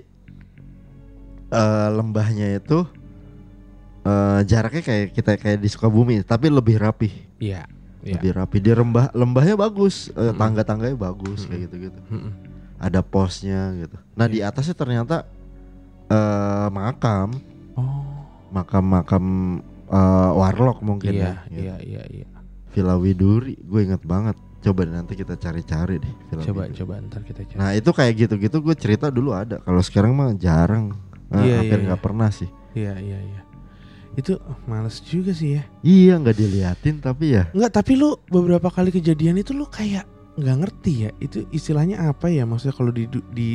lembahnya itu jaraknya kayak di Sukabumi, tapi lebih rapi. Iya. Lebih rapi. Di lembahnya bagus, tangga-tangganya bagus kayak gitu-gitu. Ada posnya gitu. Nah di atasnya ternyata makam. Makam warlock mungkin. Iya. Villa Widuri, gue inget banget. Coba nanti kita cari-cari deh. Coba ntar kita cari. Nah itu kayak gitu-gitu gue cerita dulu ada. Kalau sekarang mah jarang. Hampir nggak pernah sih. Iya. Itu males juga sih ya. Iya nggak diliatin tapi ya. Nggak, tapi lu beberapa kali kejadian itu lu kayak nggak ngerti ya. Itu istilahnya apa ya? Maksudnya kalau di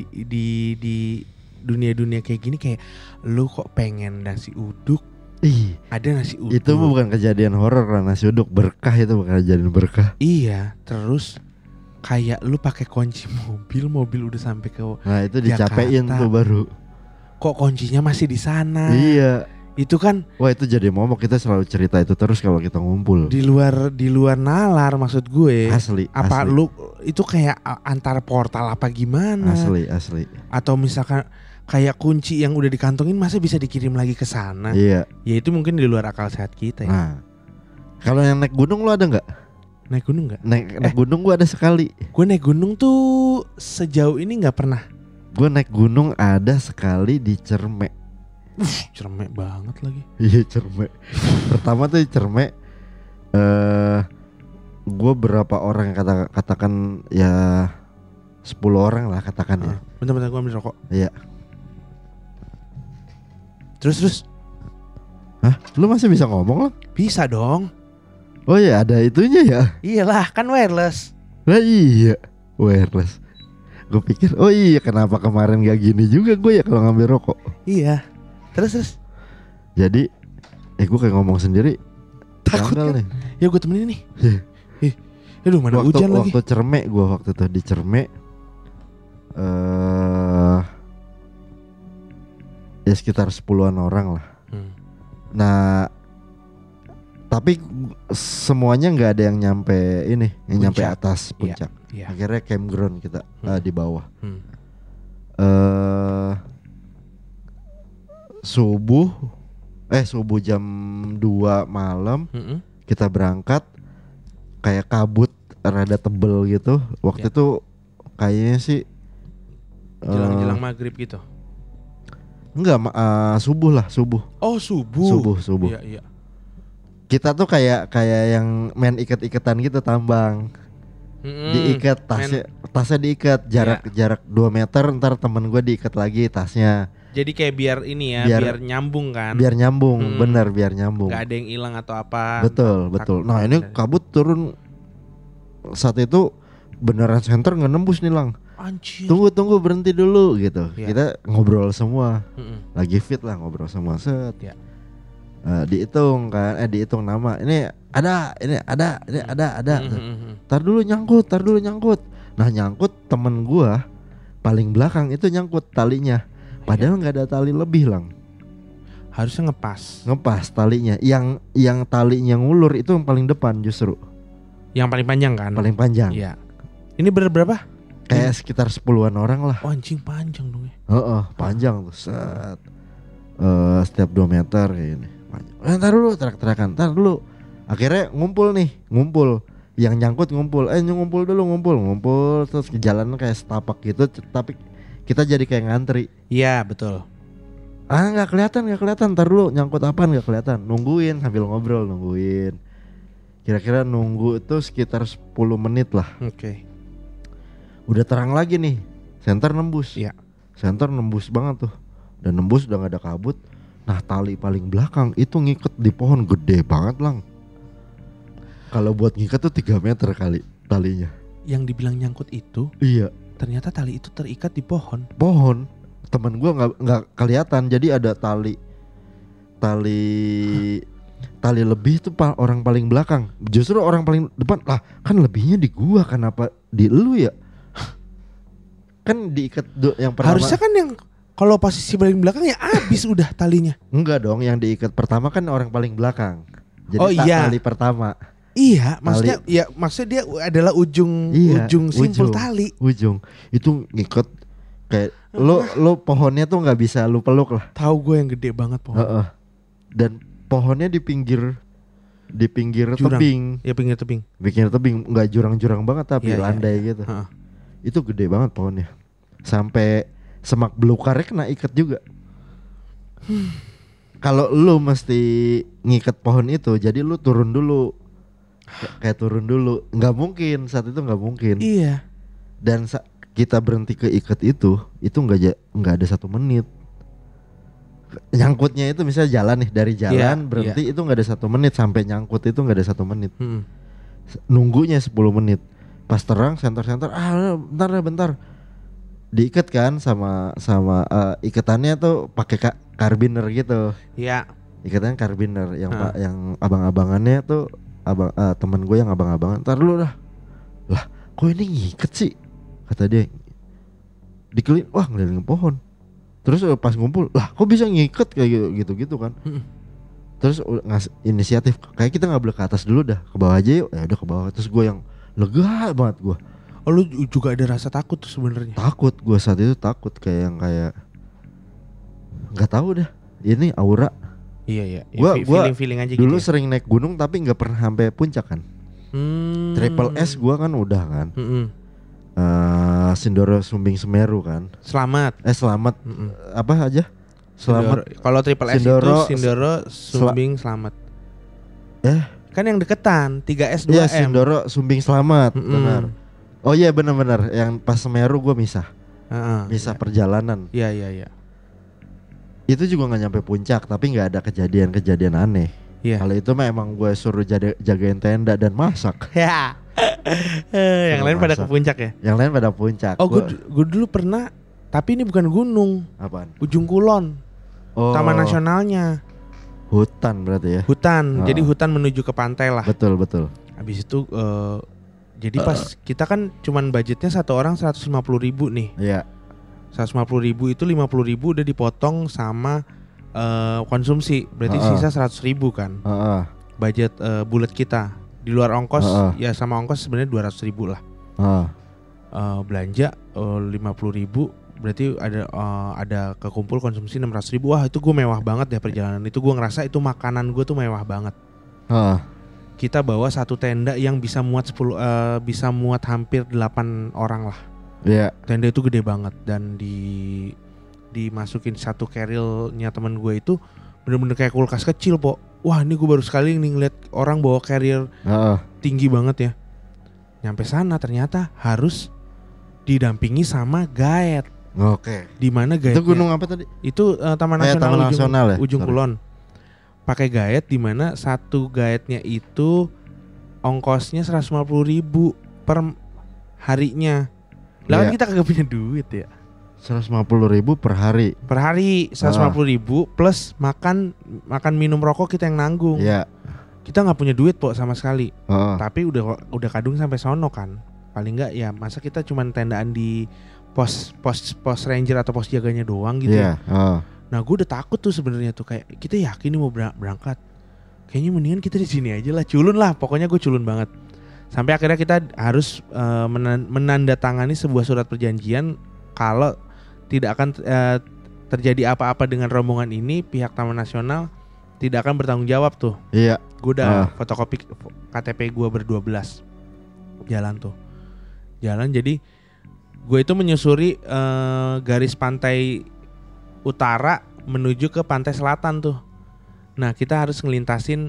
dunia kayak gini kayak lu kok pengen nasi uduk. Ada nasi uduk. Itu bukan kejadian horor lah, nasi uduk berkah, itu bukan kejadian berkah. Iya, terus kayak lu pakai kunci mobil udah sampai ke nah itu dicapein tuh baru. Kok kuncinya masih di sana? Iya. Itu kan. Wah itu jadi momok, kita selalu cerita itu terus kalau kita ngumpul. Di luar nalar maksud gue. Asli. Lu itu kayak antar portal apa gimana? Asli. Atau misalkan kayak kunci yang udah dikantongin masa bisa dikirim lagi ke sana? Iya. Ya itu mungkin di luar akal sehat kita ya. Nah, kalau yang naik gunung lu ada nggak? Naik gunung nggak? Naik gunung gua ada sekali. Gue naik gunung tuh sejauh ini nggak pernah. Gue naik gunung ada sekali di Cermek. Cermek banget lagi. Iya Cermek. Pertama tuh di Cermek. Gue berapa orang katakan ya 10 orang lah katakan ya. Bentar gue ambil rokok. Iya. Terus. Hah? Lu masih bisa ngomong lah? Bisa dong. Oh iya ada itunya ya? Iyalah kan wireless. Lah iya wireless. Gue pikir oh iya kenapa kemarin gak gini juga gue ya kalau ngambil rokok. Iya. Terus. Jadi Gue kayak ngomong sendiri. Takut Janggal kan? nih. Ya gue temenin nih. Aduh mana hujan lagi. Waktu Cerme gue waktu itu di Cerme. Ya sekitar 10-an orang lah. Nah, tapi semuanya nggak ada yang nyampe ini, yang nyampe atas puncak. Iya. Akhirnya campground kita di bawah. Subuh jam 2 malam kita berangkat, kayak kabut rada tebel gitu. Waktu itu kayaknya sih jelang-jelang maghrib gitu. Enggak, subuh. Oh subuh. Subuh. Iya. Kita tuh kayak yang main iket-iketan gitu, tambang. Diikat tasnya diikat jarak 2 meter, ntar temen gue diikat lagi tasnya. Jadi kayak biar ini ya, biar nyambung kan. Biar nyambung, bener biar nyambung. Gak ada yang hilang atau apa. Betul. Nah ini kabut turun saat itu beneran senter nggak nembus nih Lang. Anjir. Tunggu berhenti dulu gitu. Ya. Kita ngobrol semua. Lagi fit lah ngobrol semua set. Ya. Dihitung kan, dihitung nama. Ini ada. Tar dulu nyangkut. Nah nyangkut temen gua paling belakang itu nyangkut talinya. Padahal nggak ada tali lebih Lang. Harusnya ngepas talinya. Yang talinya ngulur itu yang paling depan justru. Yang paling panjang kan? Paling panjang. Iya. Ini berapa? Kayak sekitar 10-an orang lah. Oh, anjing panjang dong ya. Panjang tuh set. Setiap 2 meter kayak ini. Ntar dulu terak-terakan, ntar dulu. Akhirnya ngumpul. Yang nyangkut ngumpul. Ngumpul. Terus ke jalan kayak setapak gitu. Tapi kita jadi kayak ngantri. Iya betul. Nggak kelihatan. Ntar dulu nyangkut apaan nggak kelihatan. Nungguin sambil ngobrol Kira-kira nunggu itu sekitar 10 menit lah. Oke. Udah terang lagi nih. Senter nembus. Iya. Senter nembus banget tuh. Dan nembus udah gak ada kabut. Nah tali paling belakang itu ngiket di pohon gede banget Lang. Kalau buat ngiket tuh 3 meter kali talinya. Yang dibilang nyangkut itu? Iya. Ternyata tali itu terikat di pohon. Temen gue nggak kelihatan. Jadi ada tali lebih tuh orang paling belakang. Justru orang paling depan lah. Kan lebihnya di gua, kenapa di lu ya? Kan diikat yang pertama. Harusnya kan yang kalau posisi paling belakang ya habis udah talinya. Enggak dong, yang diikat pertama kan orang paling belakang. Jadi tali pertama. Iya, maksudnya dia adalah ujung simpul tali. Ujung. Itu ngikat kayak lo pohonnya tuh nggak bisa lu peluk lah. Tahu gue yang gede banget pohon. Dan pohonnya di pinggir jurang. Tebing. Ya pinggir tebing. Pinggir tebing, nggak jurang-jurang banget tapi landai gitu. Itu gede banget pohonnya. Sampai semak belukarnya kena ikat juga. Kalau lu mesti ngikat pohon itu, jadi lu turun dulu. Kayak turun dulu. Nggak mungkin, saat itu nggak mungkin. Iya. Dan kita berhenti ke ikat itu nggak ada 1 menit. Nyangkutnya itu misalnya jalan nih, dari jalan berhenti itu nggak ada 1 menit, sampai nyangkut itu nggak ada 1 menit. Nunggunya 10 menit. Pas terang senter bentar. Diikat kan sama ikatannya tuh pakai karbiner gitu. Iya. Ikatannya karbiner yang abang-abangannya tuh teman gue yang abang-abangan. Ntar dulu dah. Lah, kok ini ngikat sih? Kata dia. Dikeliling, wah ngelilingin pohon. Terus pas ngumpul, lah kok bisa ngikat kayak gitu kan. Terus inisiatif, kayak kita nggak boleh ke atas dulu dah, ke bawah aja yuk. Ya udah ke bawah. Terus gue yang lega banget gue. Oh lu juga ada rasa takut tuh sebenarnya? Takut, gue saat itu takut kayak nggak tahu dah. Ini aura. Iya. Gua feeling aja dulu gitu ya? sering naik gunung tapi nggak pernah sampai puncak kan. Triple S gue kan udah kan. Sindoro Sumbing Semeru kan. Selamat. Apa aja? Selamat. Kalau Triple S itu Sindoro Sumbing Selamat. Kan yang deketan 3S 2M. Iya, Sindoro Sumbing Selamat. Benar. Oh iya benar-benar. Yang pas Semeru gue misah. Misah perjalanan. Iya. Itu juga nggak nyampe puncak, tapi nggak ada kejadian aneh. Iya. Kalau itu mah emang gue suruh jagain tenda dan masak. Ya. Yang lain pada ke puncak ya? Yang lain pada puncak. Oh gue dulu pernah, tapi ini bukan gunung. Apaan? Ujung Kulon. Taman Nasionalnya. Hutan berarti ya. Hutan. Jadi hutan menuju ke pantai lah. Betul. Habis itu jadi pas kita kan cuman budgetnya satu orang 150.000 nih. Iya. 150.000 itu 50.000 udah dipotong sama konsumsi. Berarti sisa 100.000 kan. Budget bulat kita. Di luar ongkos ya sama ongkos sebenarnya 200.000 lah. Belanja 50.000 berarti ada kekumpul konsumsi 600.000. Wah itu gue mewah banget ya perjalanan itu. Gue ngerasa itu makanan gue tuh mewah banget. Kita bawa satu tenda yang bisa muat bisa muat hampir 8 orang lah. Iya. Tenda itu gede banget dan dimasukin satu carrier-nya teman gue itu bener-bener kayak kulkas kecil, Po. Wah ini gue baru sekali nih ngeliat orang bawa carrier tinggi banget ya. Nyampe sana ternyata harus didampingi sama guide. Oke. Di mana guide? Itu gunung apa tadi? Itu Taman Nasional Ujung Kulon. Pakai guide di mana satu guide-nya itu ongkosnya 150.000 per harinya. Lah kan kita kagak punya duit ya. 150.000 per hari. Per hari 150.000 plus makan minum rokok kita yang nanggung. Iya. Kita nggak punya duit, Po, sama sekali. Tapi udah kadung sampai sono kan. Paling nggak ya masa kita cuman tendaan di pos ranger atau pos jaganya doang gitu ya. Nah gue udah takut tuh sebenarnya tuh, kayak kita yakin nih mau berangkat. Kayaknya mendingan kita di sini aja lah, culun lah. Pokoknya gue culun banget. Sampai akhirnya kita harus menandatangani sebuah surat perjanjian kalau tidak akan terjadi apa-apa dengan rombongan ini, pihak Taman Nasional tidak akan bertanggung jawab tuh. Iya. Gue udah fotokopi KTP gue ber-12. Jalan jadi gue itu menyusuri garis pantai utara menuju ke pantai selatan tuh. Nah kita harus ngelintasin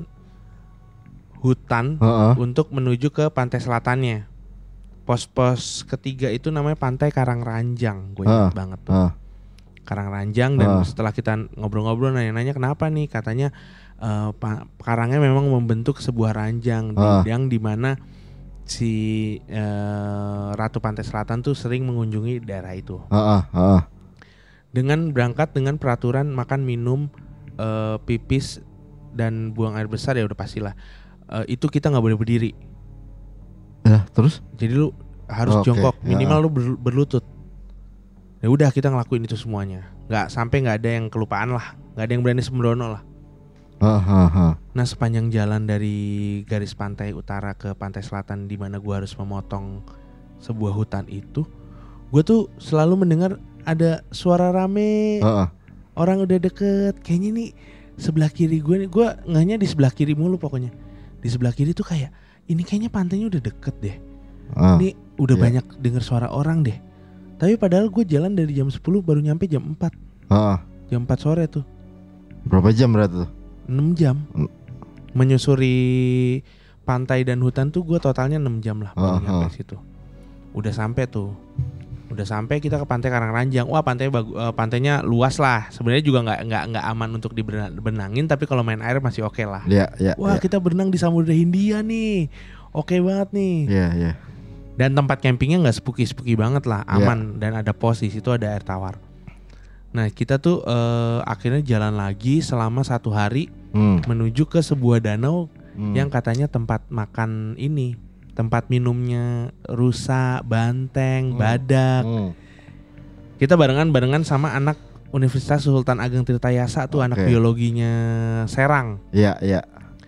hutan untuk menuju ke pantai selatannya. Pos ketiga itu namanya Pantai Karangranjang. Gue ingat banget tuh. Karangranjang. Dan setelah kita ngobrol-ngobrol nanya-nanya kenapa nih, katanya karangnya memang membentuk sebuah ranjang yang dimana si Ratu Pantai Selatan tuh sering mengunjungi daerah itu. Dengan berangkat dengan peraturan makan, minum, pipis dan buang air besar ya udah pastilah. Itu kita nggak boleh berdiri. Terus? Jadi lu harus jongkok, minimal lu berlutut. Ya udah kita ngelakuin itu semuanya. Nggak ada yang kelupaan lah, nggak ada yang berani sembrono lah. Nah sepanjang jalan dari garis pantai utara ke pantai selatan di mana gue harus memotong sebuah hutan itu, gue tuh selalu mendengar ada suara rame, orang udah deket. Kayaknya nih sebelah kiri gue ngehnya di sebelah kiri mulu pokoknya. Di sebelah kiri tuh kayak ini kayaknya pantainya udah deket deh. Ini udah banyak denger suara orang deh. Tapi padahal gue jalan dari jam 10 baru nyampe jam 4. Jam 4 sore tuh. Berapa jam berarti tuh? 6 jam. Menyusuri pantai dan hutan tuh gue totalnya 6 jam lah baru nyampe situ. Udah sampai kita ke Pantai Karangranjang. Wah pantainya luas lah. Sebenarnya juga nggak aman untuk dibenangin, tapi kalau main air masih oke lah. Wah kita berenang di Samudra Hindia nih, oke banget nih. Dan tempat campingnya nggak spooky banget lah, aman dan ada pos di situ, ada air tawar. Nah kita tuh akhirnya jalan lagi selama 1 hari menuju ke sebuah danau yang katanya tempat makan ini. Tempat minumnya rusa, banteng, badak. Kita barengan sama anak Universitas Sultan Ageng Tirtayasa tuh, anak biologinya Serang. Iya.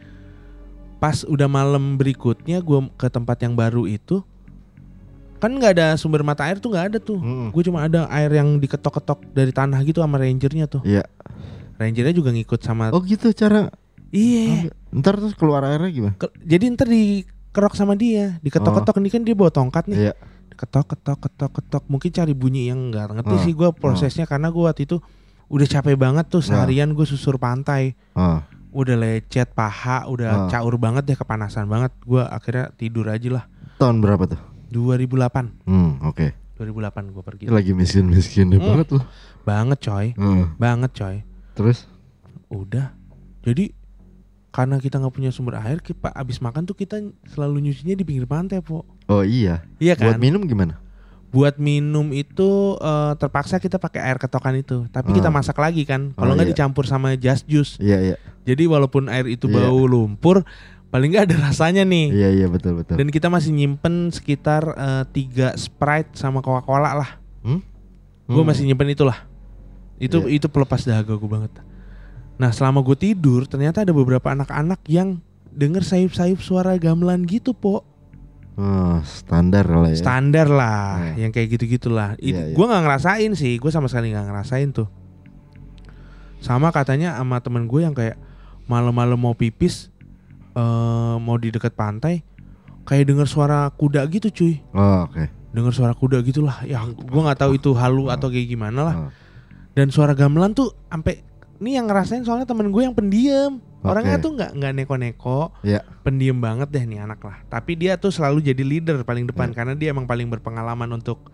Pas udah malam berikutnya gue ke tempat yang baru itu, kan nggak ada sumber mata air tuh, nggak ada tuh. Gue cuma ada air yang diketok-ketok dari tanah gitu sama rangernya tuh. Iya. Rangernya juga ngikut sama. Oh gitu cara. Iya. Ntar terus keluar airnya gimana? Jadi ntar dikerok sama dia, diketok-ketok. Ini kan dia bawa tongkat nih. Iya. Ketok. Mungkin cari bunyi yang nggak ngerti sih gue prosesnya, karena gue waktu itu udah capek banget tuh seharian gue susur pantai. Udah lecet paha, udah caur banget deh, kepanasan banget. Gue akhirnya tidur aja lah. Tahun berapa tuh? 2008. 2008 gue pergi. Lagi miskin-miskinnya banget loh. Banget coy. Terus? Udah. Jadi karena kita nggak punya sumber air, kita abis makan tuh kita selalu nyucinya di pinggir pantai, Po. Oh iya. Iya kan? Buat minum gimana? Buat minum itu terpaksa kita pakai air ketokan itu. Tapi kita masak lagi kan. Kalau nggak dicampur sama just juice. Iya. Jadi walaupun air itu Iya. bau lumpur, paling nggak ada rasanya nih. Iya betul. Dan kita masih nyimpen sekitar 3 Sprite sama Coca-Cola lah. Gue masih nyimpen itulah. Itu pelepas dahaga gue banget. Nah selama gue tidur ternyata ada beberapa anak-anak yang denger sayup-sayup suara gamelan gitu, Po. Standar lah ya. Standar lah, yang kayak gitu-gitulah. Iya. Gue nggak ngerasain sih, gue sama sekali nggak ngerasain tuh. Sama katanya sama temen gue yang kayak malam-malam mau pipis, mau di dekat pantai, kayak denger suara kuda gitu cuy. Oke. Denger suara kuda gitulah. Ya gue nggak tahu itu halu atau kayak gimana lah. Dan suara gamelan tuh sampai ini yang ngerasain soalnya temen gue yang pendiam. Orangnya tuh nggak neko-neko, pendiam banget deh nih anak lah. Tapi dia tuh selalu jadi leader paling depan karena dia emang paling berpengalaman untuk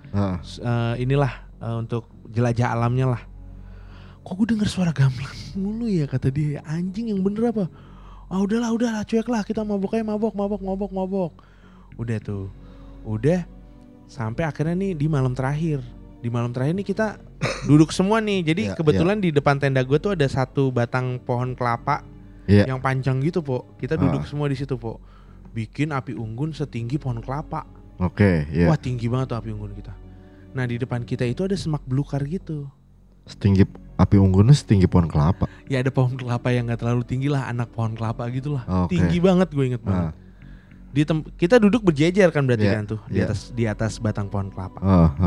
untuk jelajah alamnya lah. Kok gue denger suara gamelan mulu ya kata dia. Anjing yang bener apa? Udahlah cuek lah, kita mabok aja mabok. Udah tuh. Udah sampai akhirnya nih di malam terakhir. Di malam terakhir nih kita duduk semua nih. Jadi kebetulan di depan tenda gue tuh ada satu batang pohon kelapa yang panjang gitu, Po. Kita duduk semua di situ, Po. Bikin api unggun setinggi pohon kelapa. Oke. Wah, tinggi banget tuh api unggun kita. Nah, di depan kita itu ada semak belukar gitu. Setinggi api unggunnya setinggi pohon kelapa. Ya ada pohon kelapa yang gak terlalu tinggi lah, anak pohon kelapa gitu lah. Okay. Tinggi banget, gue inget banget. Kita duduk berjejer kan berarti kan tuh di atas batang pohon kelapa.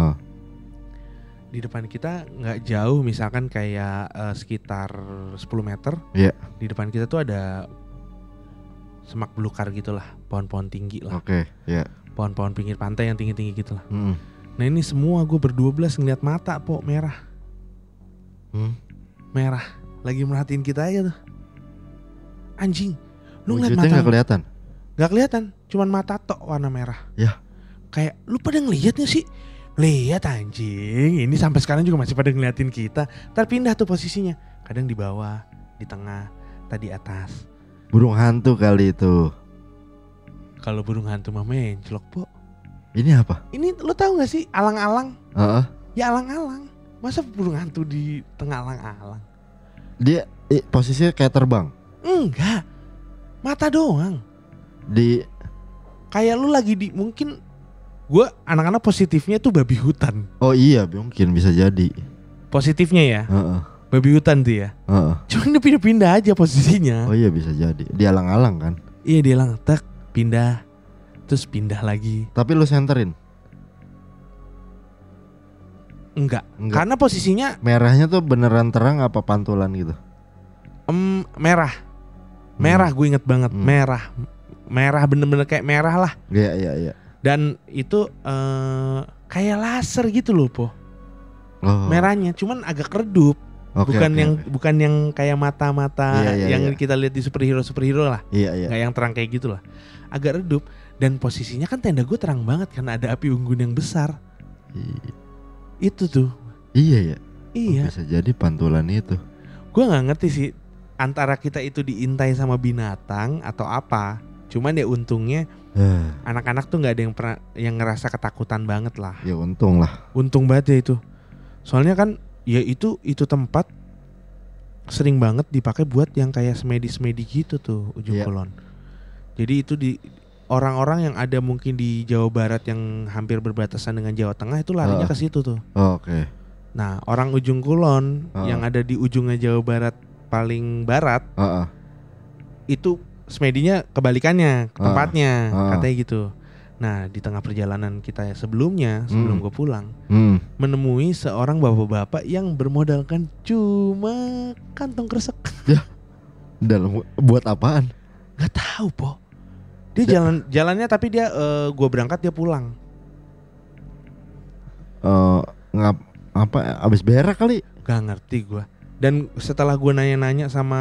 Di depan kita nggak jauh, misalkan kayak sekitar 10 meter. Di depan kita tuh ada semak belukar gitulah, pohon-pohon tinggi lah. Pohon-pohon pinggir pantai yang tinggi-tinggi gitulah. Nah ini semua gue ber-12 ngeliat mata, Po, merah. Merah, lagi merhatiin kita aja tuh. Anjing, lu ngeliat mata? Nggak kelihatan? Nggak kelihatan, cuman mata tok warna merah. Ya. Kayak lu pada ngeliat gak sih? Lihat anjing, ini sampai sekarang juga masih pada ngeliatin kita. Ntar pindah tuh posisinya, kadang di bawah, di tengah, tadi atas. Burung hantu kali itu. Kalau burung hantu mah menclok, Po. Ini apa? Ini lo tahu gak sih alang-alang? Ya alang-alang. Masa burung hantu di tengah alang-alang? Dia posisinya kayak terbang? Enggak, mata doang. Kayak lu lagi di, mungkin gue anak-anak positifnya tuh babi hutan. Oh iya, mungkin bisa jadi. Positifnya ya, babi hutan tuh ya. Cuman dia pindah-pindah aja posisinya. Oh iya bisa jadi. Di alang-alang kan? Iya di alang, tak pindah, terus pindah lagi. Tapi lu senterin? Enggak. Karena posisinya merahnya tuh beneran terang apa pantulan gitu? Merah gue inget banget. Merah bener-bener kayak merah lah. Iya. Dan itu kayak laser gitu loh, Po. Merahnya cuman agak redup. Bukan yang kayak mata-mata yang kita lihat di superhero lah. Gak yang terang kayak gitu lah. Agak redup. Dan posisinya kan tenda gue terang banget karena ada api unggun yang besar. Itu tuh. Iya. Bisa jadi pantulan itu. Gue gak ngerti sih antara kita itu diintai sama binatang atau apa. Cuman ya untungnya anak-anak tuh nggak ada yang pernah yang ngerasa ketakutan banget lah. Ya untung lah. Untung banget ya itu. Soalnya kan ya itu tempat sering banget dipakai buat yang kayak semedi gitu tuh Ujung Kulon. Jadi itu di orang-orang yang ada mungkin di Jawa Barat yang hampir berbatasan dengan Jawa Tengah itu larinya ke situ tuh. Oke. Nah orang Ujung Kulon yang ada di ujungnya Jawa Barat paling barat itu semedinya kebalikannya tempatnya katanya gitu. Nah di tengah perjalanan kita sebelumnya sebelum gue pulang menemui seorang bapak-bapak yang bermodalkan cuma kantong kresek. Ya, dalam buat apaan? Gak tahu, Po. Dia jalannya tapi dia gue berangkat dia pulang. Apa abis berak kali? Gak ngerti gue. Dan setelah gue nanya-nanya sama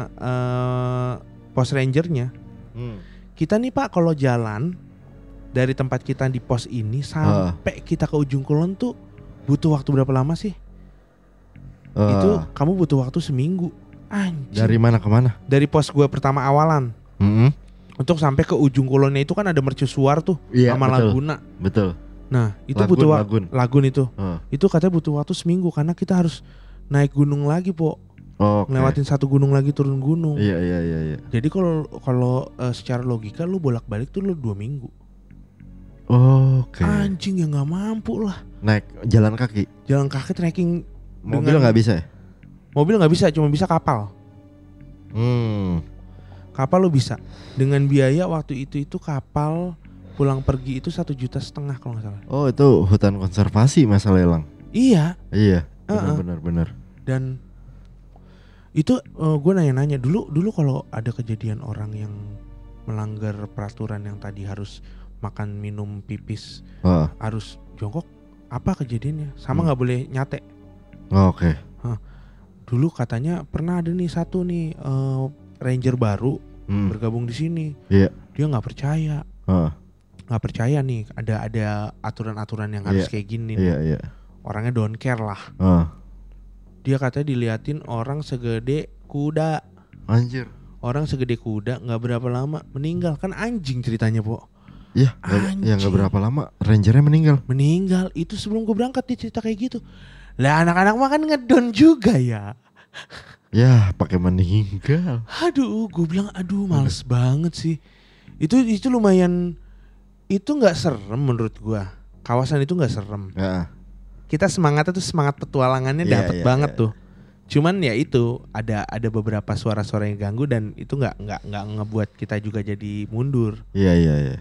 pos rangernya, kita nih Pak kalau jalan dari tempat kita di pos ini sampai kita ke Ujung Kulon tuh butuh waktu berapa lama sih? Itu kamu butuh waktu seminggu. Anjir. Dari mana ke mana? Dari pos gue pertama awalan. Untuk sampai ke Ujung Kulonnya itu kan ada mercusuar tuh sama Laguna. Betul. Nah itu butuh Lagun itu. Itu katanya butuh waktu seminggu karena kita harus naik gunung lagi, Po. Oke. Ngelewatin satu gunung lagi turun gunung. Iya. Jadi kalau secara logika lu bolak-balik tuh lu 2 minggu. Oke. Anjing ya nggak mampu lah. Naik jalan kaki. Jalan kaki trekking. Mobil nggak bisa ya? Mobil nggak bisa, cuma bisa kapal. Kapal lu bisa. Dengan biaya waktu itu kapal pulang pergi itu 1,5 juta kalau nggak salah. Oh itu hutan konservasi Mas Lelang. Iya. Benar. Dan itu gue nanya-nanya dulu kalau ada kejadian orang yang melanggar peraturan yang tadi harus makan minum pipis harus jongkok, apa kejadiannya? Sama nggak boleh nyate. Oke. Dulu katanya pernah ada nih satu nih ranger baru bergabung di sini. Iya. Dia nggak percaya. Nggak percaya nih ada aturan-aturan yang harus kayak gini. Iya. Orangnya don't care lah. Dia katanya diliatin orang segede kuda. Anjir. Orang segede kuda nggak berapa lama meninggal. Kan anjing ceritanya, Po. Ya nggak berapa lama rangernya meninggal. Meninggal itu sebelum gue berangkat dia cerita kayak gitu. Lah anak-anak mah kan ngedon juga ya. Ya pakai meninggal. Aduh, gue bilang males banget sih. Itu lumayan. Itu nggak serem menurut gue. Kawasan itu nggak serem. Ya. Kita semangatnya tuh semangat petualangannya dapet banget tuh. Cuman ya itu ada beberapa suara-suara yang ganggu dan itu nggak ngebuat kita juga jadi mundur. Iya.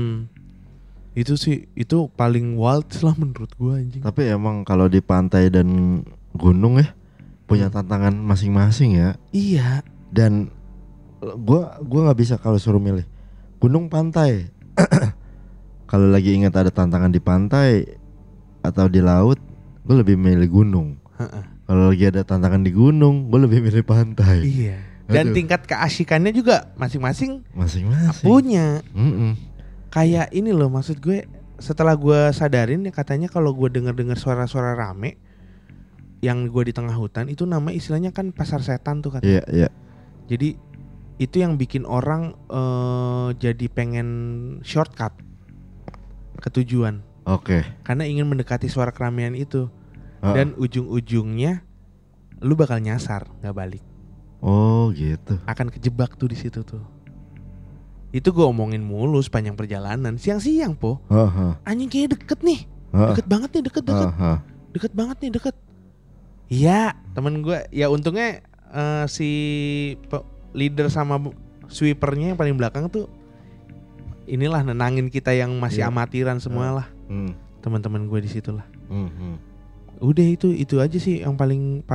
Itu sih itu paling wild lah menurut gua anjing. Tapi emang kalau di pantai dan gunung ya punya tantangan masing-masing ya. Iya. Dan gua nggak bisa kalau suruh milih gunung pantai. Kalau lagi ingat ada tantangan di pantai atau di laut, gue lebih milih gunung. Kalau lagi ada tantangan di gunung, gue lebih milih pantai. Iya. Dan tingkat keasikannya juga masing-masing punya. Kayak ini loh, maksud gue setelah gue sadarin ya katanya kalau gue dengar suara-suara rame yang gue di tengah hutan itu nama istilahnya kan pasar setan tuh katanya. Iya. Jadi itu yang bikin orang jadi pengen shortcut ke tujuan. Oke. Karena ingin mendekati suara keramaian itu. Dan ujung-ujungnya lu bakal nyasar, nggak balik. Oh gitu. Akan kejebak tuh di situ tuh. Itu gue omongin mulu sepanjang perjalanan. Siang-siang, Po. Anjing kayaknya deket nih. Deket banget nih, deket. Deket banget nih, deket. Iya, temen gue. Ya untungnya si leader sama sweepernya yang paling belakang tuh inilah nenangin kita yang masih amatiran semua lah. Teman-teman gue di situ lah. Udah itu aja sih yang paling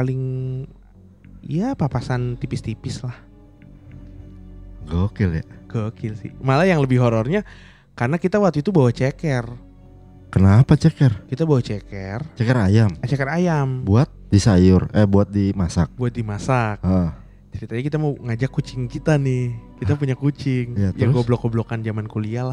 ya papasan tipis-tipis lah. Gokil ya. Gokil sih. Malah yang lebih horornya karena kita waktu itu bawa ceker. Kenapa ceker? Kita bawa ceker. Ceker ayam. Ceker ayam. Buat di sayur, buat dimasak. Buat dimasak. Ceritanya kita mau ngajak kucing kita nih. Kita punya kucing ya, yang goblok-goblokan zaman kuliah lah.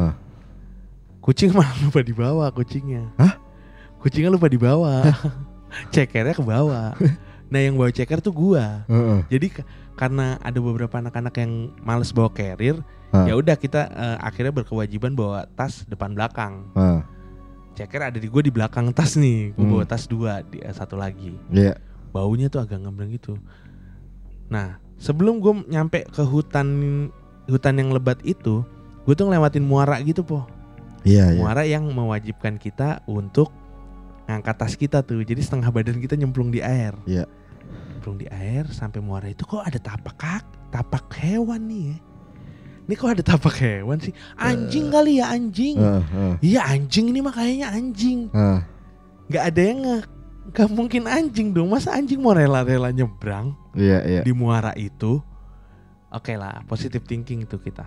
Kucing malah lupa dibawa kucingnya. Kucingnya lupa dibawa. Cekernya ke bawah. Nah yang bawa ceker tuh gua. Jadi karena ada beberapa anak-anak yang males bawa carrier, ya udah kita akhirnya berkewajiban bawa tas depan belakang. Ceker ada di gua di belakang tas nih. Gua bawa tas 2, satu lagi. Baunya tuh agak ngembleng gitu. Nah sebelum gue nyampe ke hutan yang lebat itu, gue tuh ngelewatin muara gitu, Po. Muara yang mewajibkan kita untuk ngangkat tas kita tuh. Jadi setengah badan kita nyemplung di air. Nyemplung di air sampai muara itu kok ada tapak hewan nih ya. Ini kok ada tapak hewan sih? Anjing kali ya, anjing. Iya anjing ini mah kayaknya anjing. Gak ada yang gak mungkin anjing dong. Masa anjing mau rela-rela nyebrang di muara itu? Oke lah, positive thinking itu kita.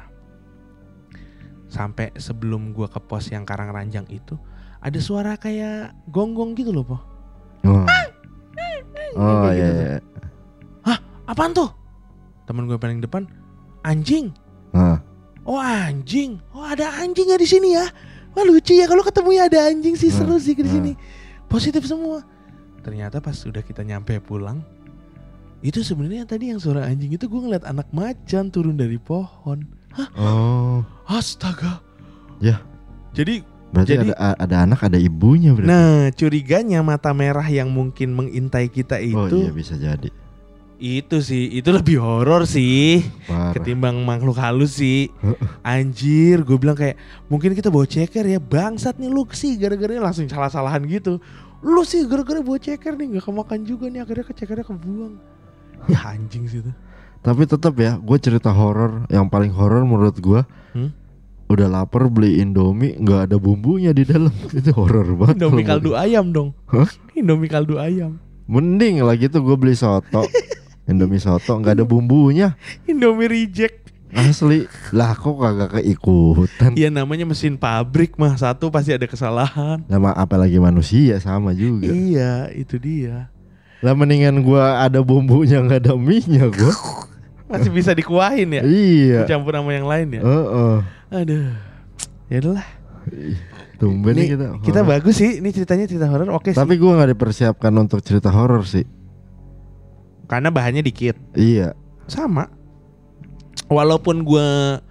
Sampai sebelum gua ke pos yang Karangranjang itu, ada suara kayak gonggong gitu loh, Po. Gitu. Hah, apaan tuh? Temen gue paling depan, anjing. Oh anjing, oh ada anjing ya di sini ya. Wah lucu ya kalau ketemu ya ada anjing sih, seru sih di sini. Positif semua. Ternyata pas udah kita nyampe pulang, itu sebenarnya tadi yang suara anjing itu gue ngeliat anak macan turun dari pohon. Hah? Astaga. Ya. Jadi ada anak, ada ibunya berarti. Nah, curiganya mata merah yang mungkin mengintai kita itu. Oh iya bisa jadi. Itu sih, itu lebih horor sih. Parah. Ketimbang makhluk halus sih. Anjir, gue bilang kayak mungkin kita bawa ceker ya, bangsat nih lu sih gara-gara langsung salah-salahan gitu. Lu sih gara-gara bawa ceker nih gak kemakan juga nih, akhirnya cekernya kebuang. Ya anjing sih itu. Tapi tetap ya, gue cerita horor yang paling horor menurut gue. Udah lapar beli Indomie nggak ada bumbunya di dalam. Itu horor banget. Indomie kaldu ayam dong. Indomie kaldu ayam. Mending lah gitu gue beli soto. Indomie soto nggak ada bumbunya. Indomie reject. Asli. Lah kok kagak keikutan. Ya namanya mesin pabrik mah, satu pasti ada kesalahan. Nama apalagi manusia sama juga. Iya, itu dia. Lah mendingan gue ada bumbunya nggak ada mie-nya gue. Masih bisa dikuahin ya. Iya. Campur sama yang lain ya. Aduh. Ya udahlah. Tumben nih kita bagus sih. Ini ceritanya cerita horor. Oke sih. Tapi gue nggak dipersiapkan untuk cerita horor sih. Karena bahannya dikit. Iya. Sama. Walaupun gue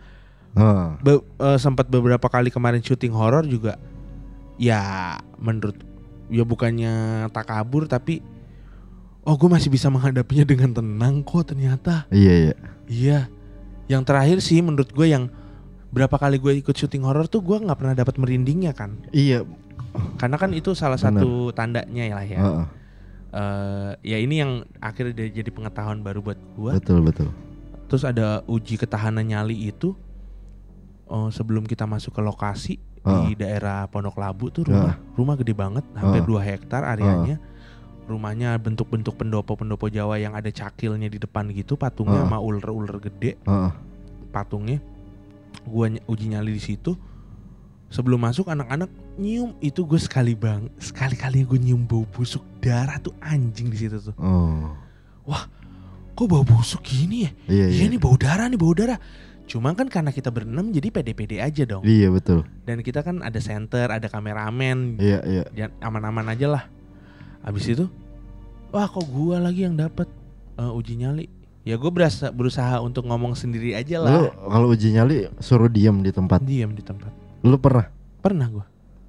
sempat beberapa kali kemarin syuting horor juga. Ya menurut, ya bukannya takabur tapi gue masih bisa menghadapinya dengan tenang kok ternyata. Iya. Iya. Yang terakhir sih menurut gue yang berapa kali gue ikut syuting horor tuh gue nggak pernah dapat merindingnya kan. Iya. Karena kan itu salah satu tandanya lah ya. Ya ini yang akhirnya jadi pengetahuan baru buat gue. Betul. Terus ada uji ketahanan nyali itu sebelum kita masuk ke lokasi di daerah Pondok Labu tuh rumah gede banget, hampir 2 hektar areanya. Rumahnya bentuk-bentuk pendopo Jawa yang ada cakilnya di depan gitu, patungnya sama ular gede. Patungnya. Gua uji nyali di situ. Sebelum masuk anak-anak nyium itu gue sekali-kali gue nyium bau busuk darah tuh anjing di situ tuh. Wah, kok bau busuk gini ya? Iya nih bau darah. Cuma kan karena kita berenam jadi pede-pede aja dong. Iya betul. Dan kita kan ada center, ada kameramen. Iya. Aman-aman aja lah. Abis itu, wah kok gue lagi yang dapat uji nyali. Ya gue berusaha untuk ngomong sendiri aja lah. Lu kalau uji nyali suruh diam di tempat. Diam di tempat. Lu pernah? Pernah gue.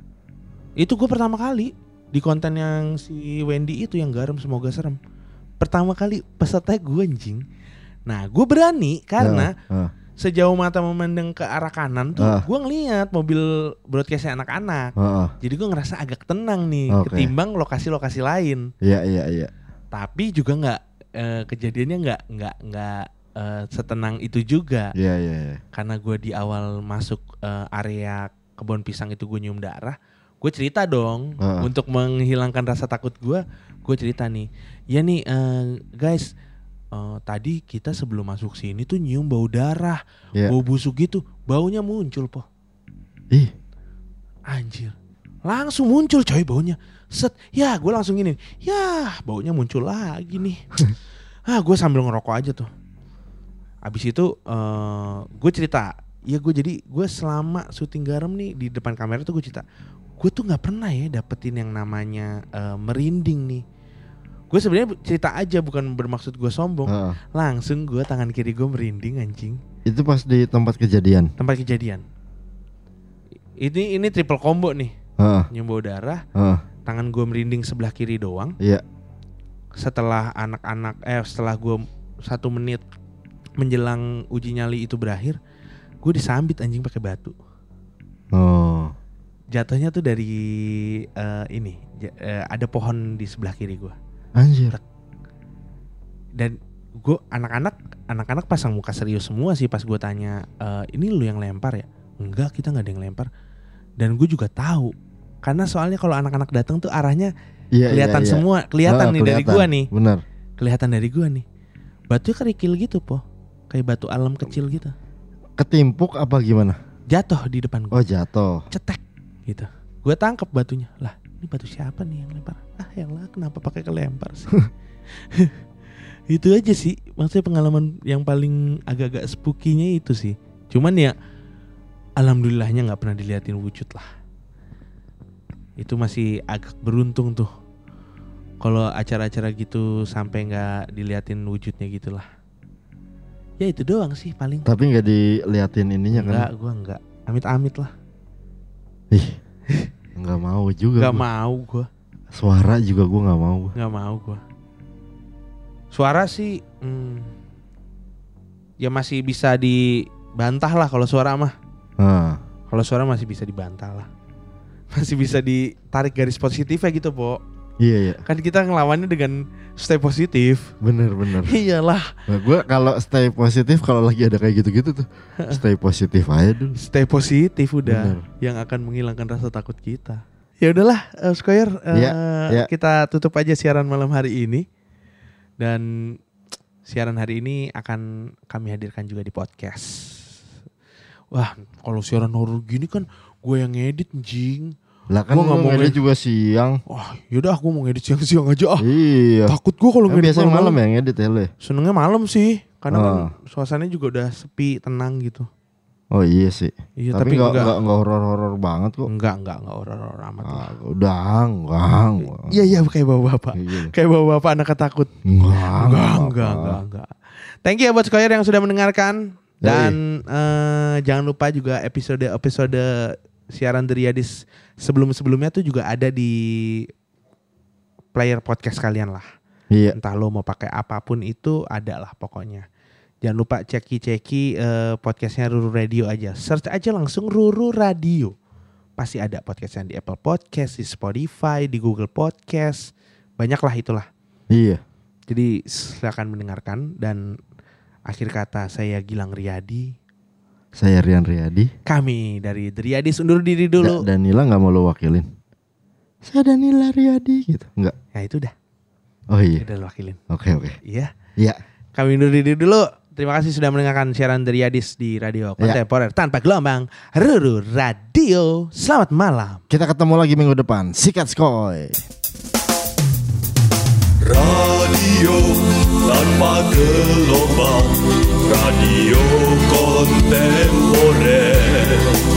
Itu gue pertama kali di konten yang si Wendy itu yang garam semoga serem. Pertama kali peserta gue anjing. Nah gue berani karena sejauh mata memandang ke arah kanan tuh gue ngeliat mobil broadcastnya anak-anak. Jadi gue ngerasa agak tenang nih ketimbang lokasi-lokasi lain. Iya. Tapi juga nggak kejadiannya nggak setenang itu juga. Iya. Karena gue di awal masuk area kebun pisang itu gue nyium darah, gue cerita dong untuk menghilangkan rasa takut gue cerita nih. Ya nih guys, tadi kita sebelum masuk sini tuh nyium bau darah, bau busuk gitu, baunya muncul po. Ih, anjir, langsung muncul coy baunya. Set, ya gue langsung gini, ya baunya muncul lagi nih. Gue sambil ngerokok aja tuh. Abis itu gue cerita, ya gue selama syuting garam nih di depan kamera tuh gue cerita, gue tuh nggak pernah ya dapetin yang namanya merinding nih. Gue sebenarnya cerita aja bukan bermaksud gue sombong. Langsung gue tangan kiri gue merinding anjing. Itu pas di tempat kejadian. Tempat kejadian. Ini triple combo nih. Nyium bau darah. Tangan gue merinding sebelah kiri doang. Iya. Setelah setelah gue 1 menit menjelang uji nyali itu berakhir, gue disambit anjing pakai batu. Jatuhnya tuh dari ada pohon di sebelah kiri gue. Anjir. Dan gue anak-anak pasang muka serius semua sih pas gue tanya, ini lu yang lempar ya? Enggak, kita nggak ada yang lempar. Dan gue juga tahu, karena soalnya kalau anak-anak datang tuh arahnya kelihatan semua, kelihatan nih dari gue nih. Bener. Kelihatan dari gue nih. Batunya kerikil gitu po, kayak batu alam kecil gitu. Ketimpuk apa gimana? Jatuh di depan gue. Oh jatuh. Cetek gitu. Gue tangkap batunya. Lah ini batu siapa nih yang lempar? Yalah kenapa pakai kelempar sih? Itu aja sih. Maksudnya pengalaman yang paling agak-agak spooky-nya itu sih. Cuman ya alhamdulillahnya gak pernah diliatin wujud lah. Itu masih agak beruntung tuh. Kalau acara-acara gitu sampai gak diliatin wujudnya gitu lah. Ya itu doang sih paling. Tapi gak diliatin ininya kan? Enggak, gue enggak. Amit-amit lah. Ih, gak mau juga. Gak mau gue. Suara juga gue gak mau. Gak mau gue. Suara sih ya masih bisa dibantah lah kalau suara mah. Kalau suara masih bisa dibantah lah. Masih bisa ditarik garis positifnya gitu, Po. Iya. Kan kita ngelawannya dengan stay positif. Bener. Iyalah. Nah, gue kalau stay positif kalau lagi ada kayak gitu-gitu tuh stay positif aja dulu. Stay positif udah. Bener. Yang akan menghilangkan rasa takut kita. Ya udahlah, Square. Ya. Kita tutup aja siaran malam hari ini. Dan siaran hari ini akan kami hadirkan juga di podcast. Wah, kalau siaran horor gini kan gue yang ngedit anjing. Lah kan gua lu ngedit juga siang. Wah, yaudah aku mau ngedit siang-siang aja ah. Iya. Takut gue kalau ngedit biasanya malam ya ngedit ya lu ya? Senengnya malam sih. Karena kan suasananya juga udah sepi, tenang gitu. Oh iya sih. Iya, tapi enggak horor-horor banget kok. Enggak horor-horor amat lah. Udah, enggak. Iya kayak bapak-bapak. Iya. Kayak bapak-bapak anak ketakut. Enggak. Thank you ya buat Squire yang sudah mendengarkan. Dan jangan lupa juga episode siaran The Riyadis sebelum-sebelumnya tuh juga ada di player podcast kalian lah. Iya. Entah lo mau pakai apapun itu ada lah pokoknya. Jangan lupa ceki podcastnya Ruru Radio aja. Search aja langsung Ruru Radio. Pasti ada podcastnya di Apple Podcast, di Spotify, di Google Podcast. Banyak lah itulah. Iya. Jadi silakan mendengarkan. Dan akhir kata saya Gilang Riyadi. Saya Rian Riyadi. Kami dari The Riyadis undur diri dulu. Danila gak mau lo wakilin? Saya Danila Riyadi gitu. Enggak. Ya itu udah. Oh iya. Udah lo wakilin. Oke. Iya. Kami undur diri dulu. Terima kasih sudah mendengarkan siaran The Riyadis di Radio Kontemporer tanpa gelombang. Ruru Radio. Selamat malam. Kita ketemu lagi minggu depan. Sikat skoy. Radio tanpa gelombang, radio kontemporer.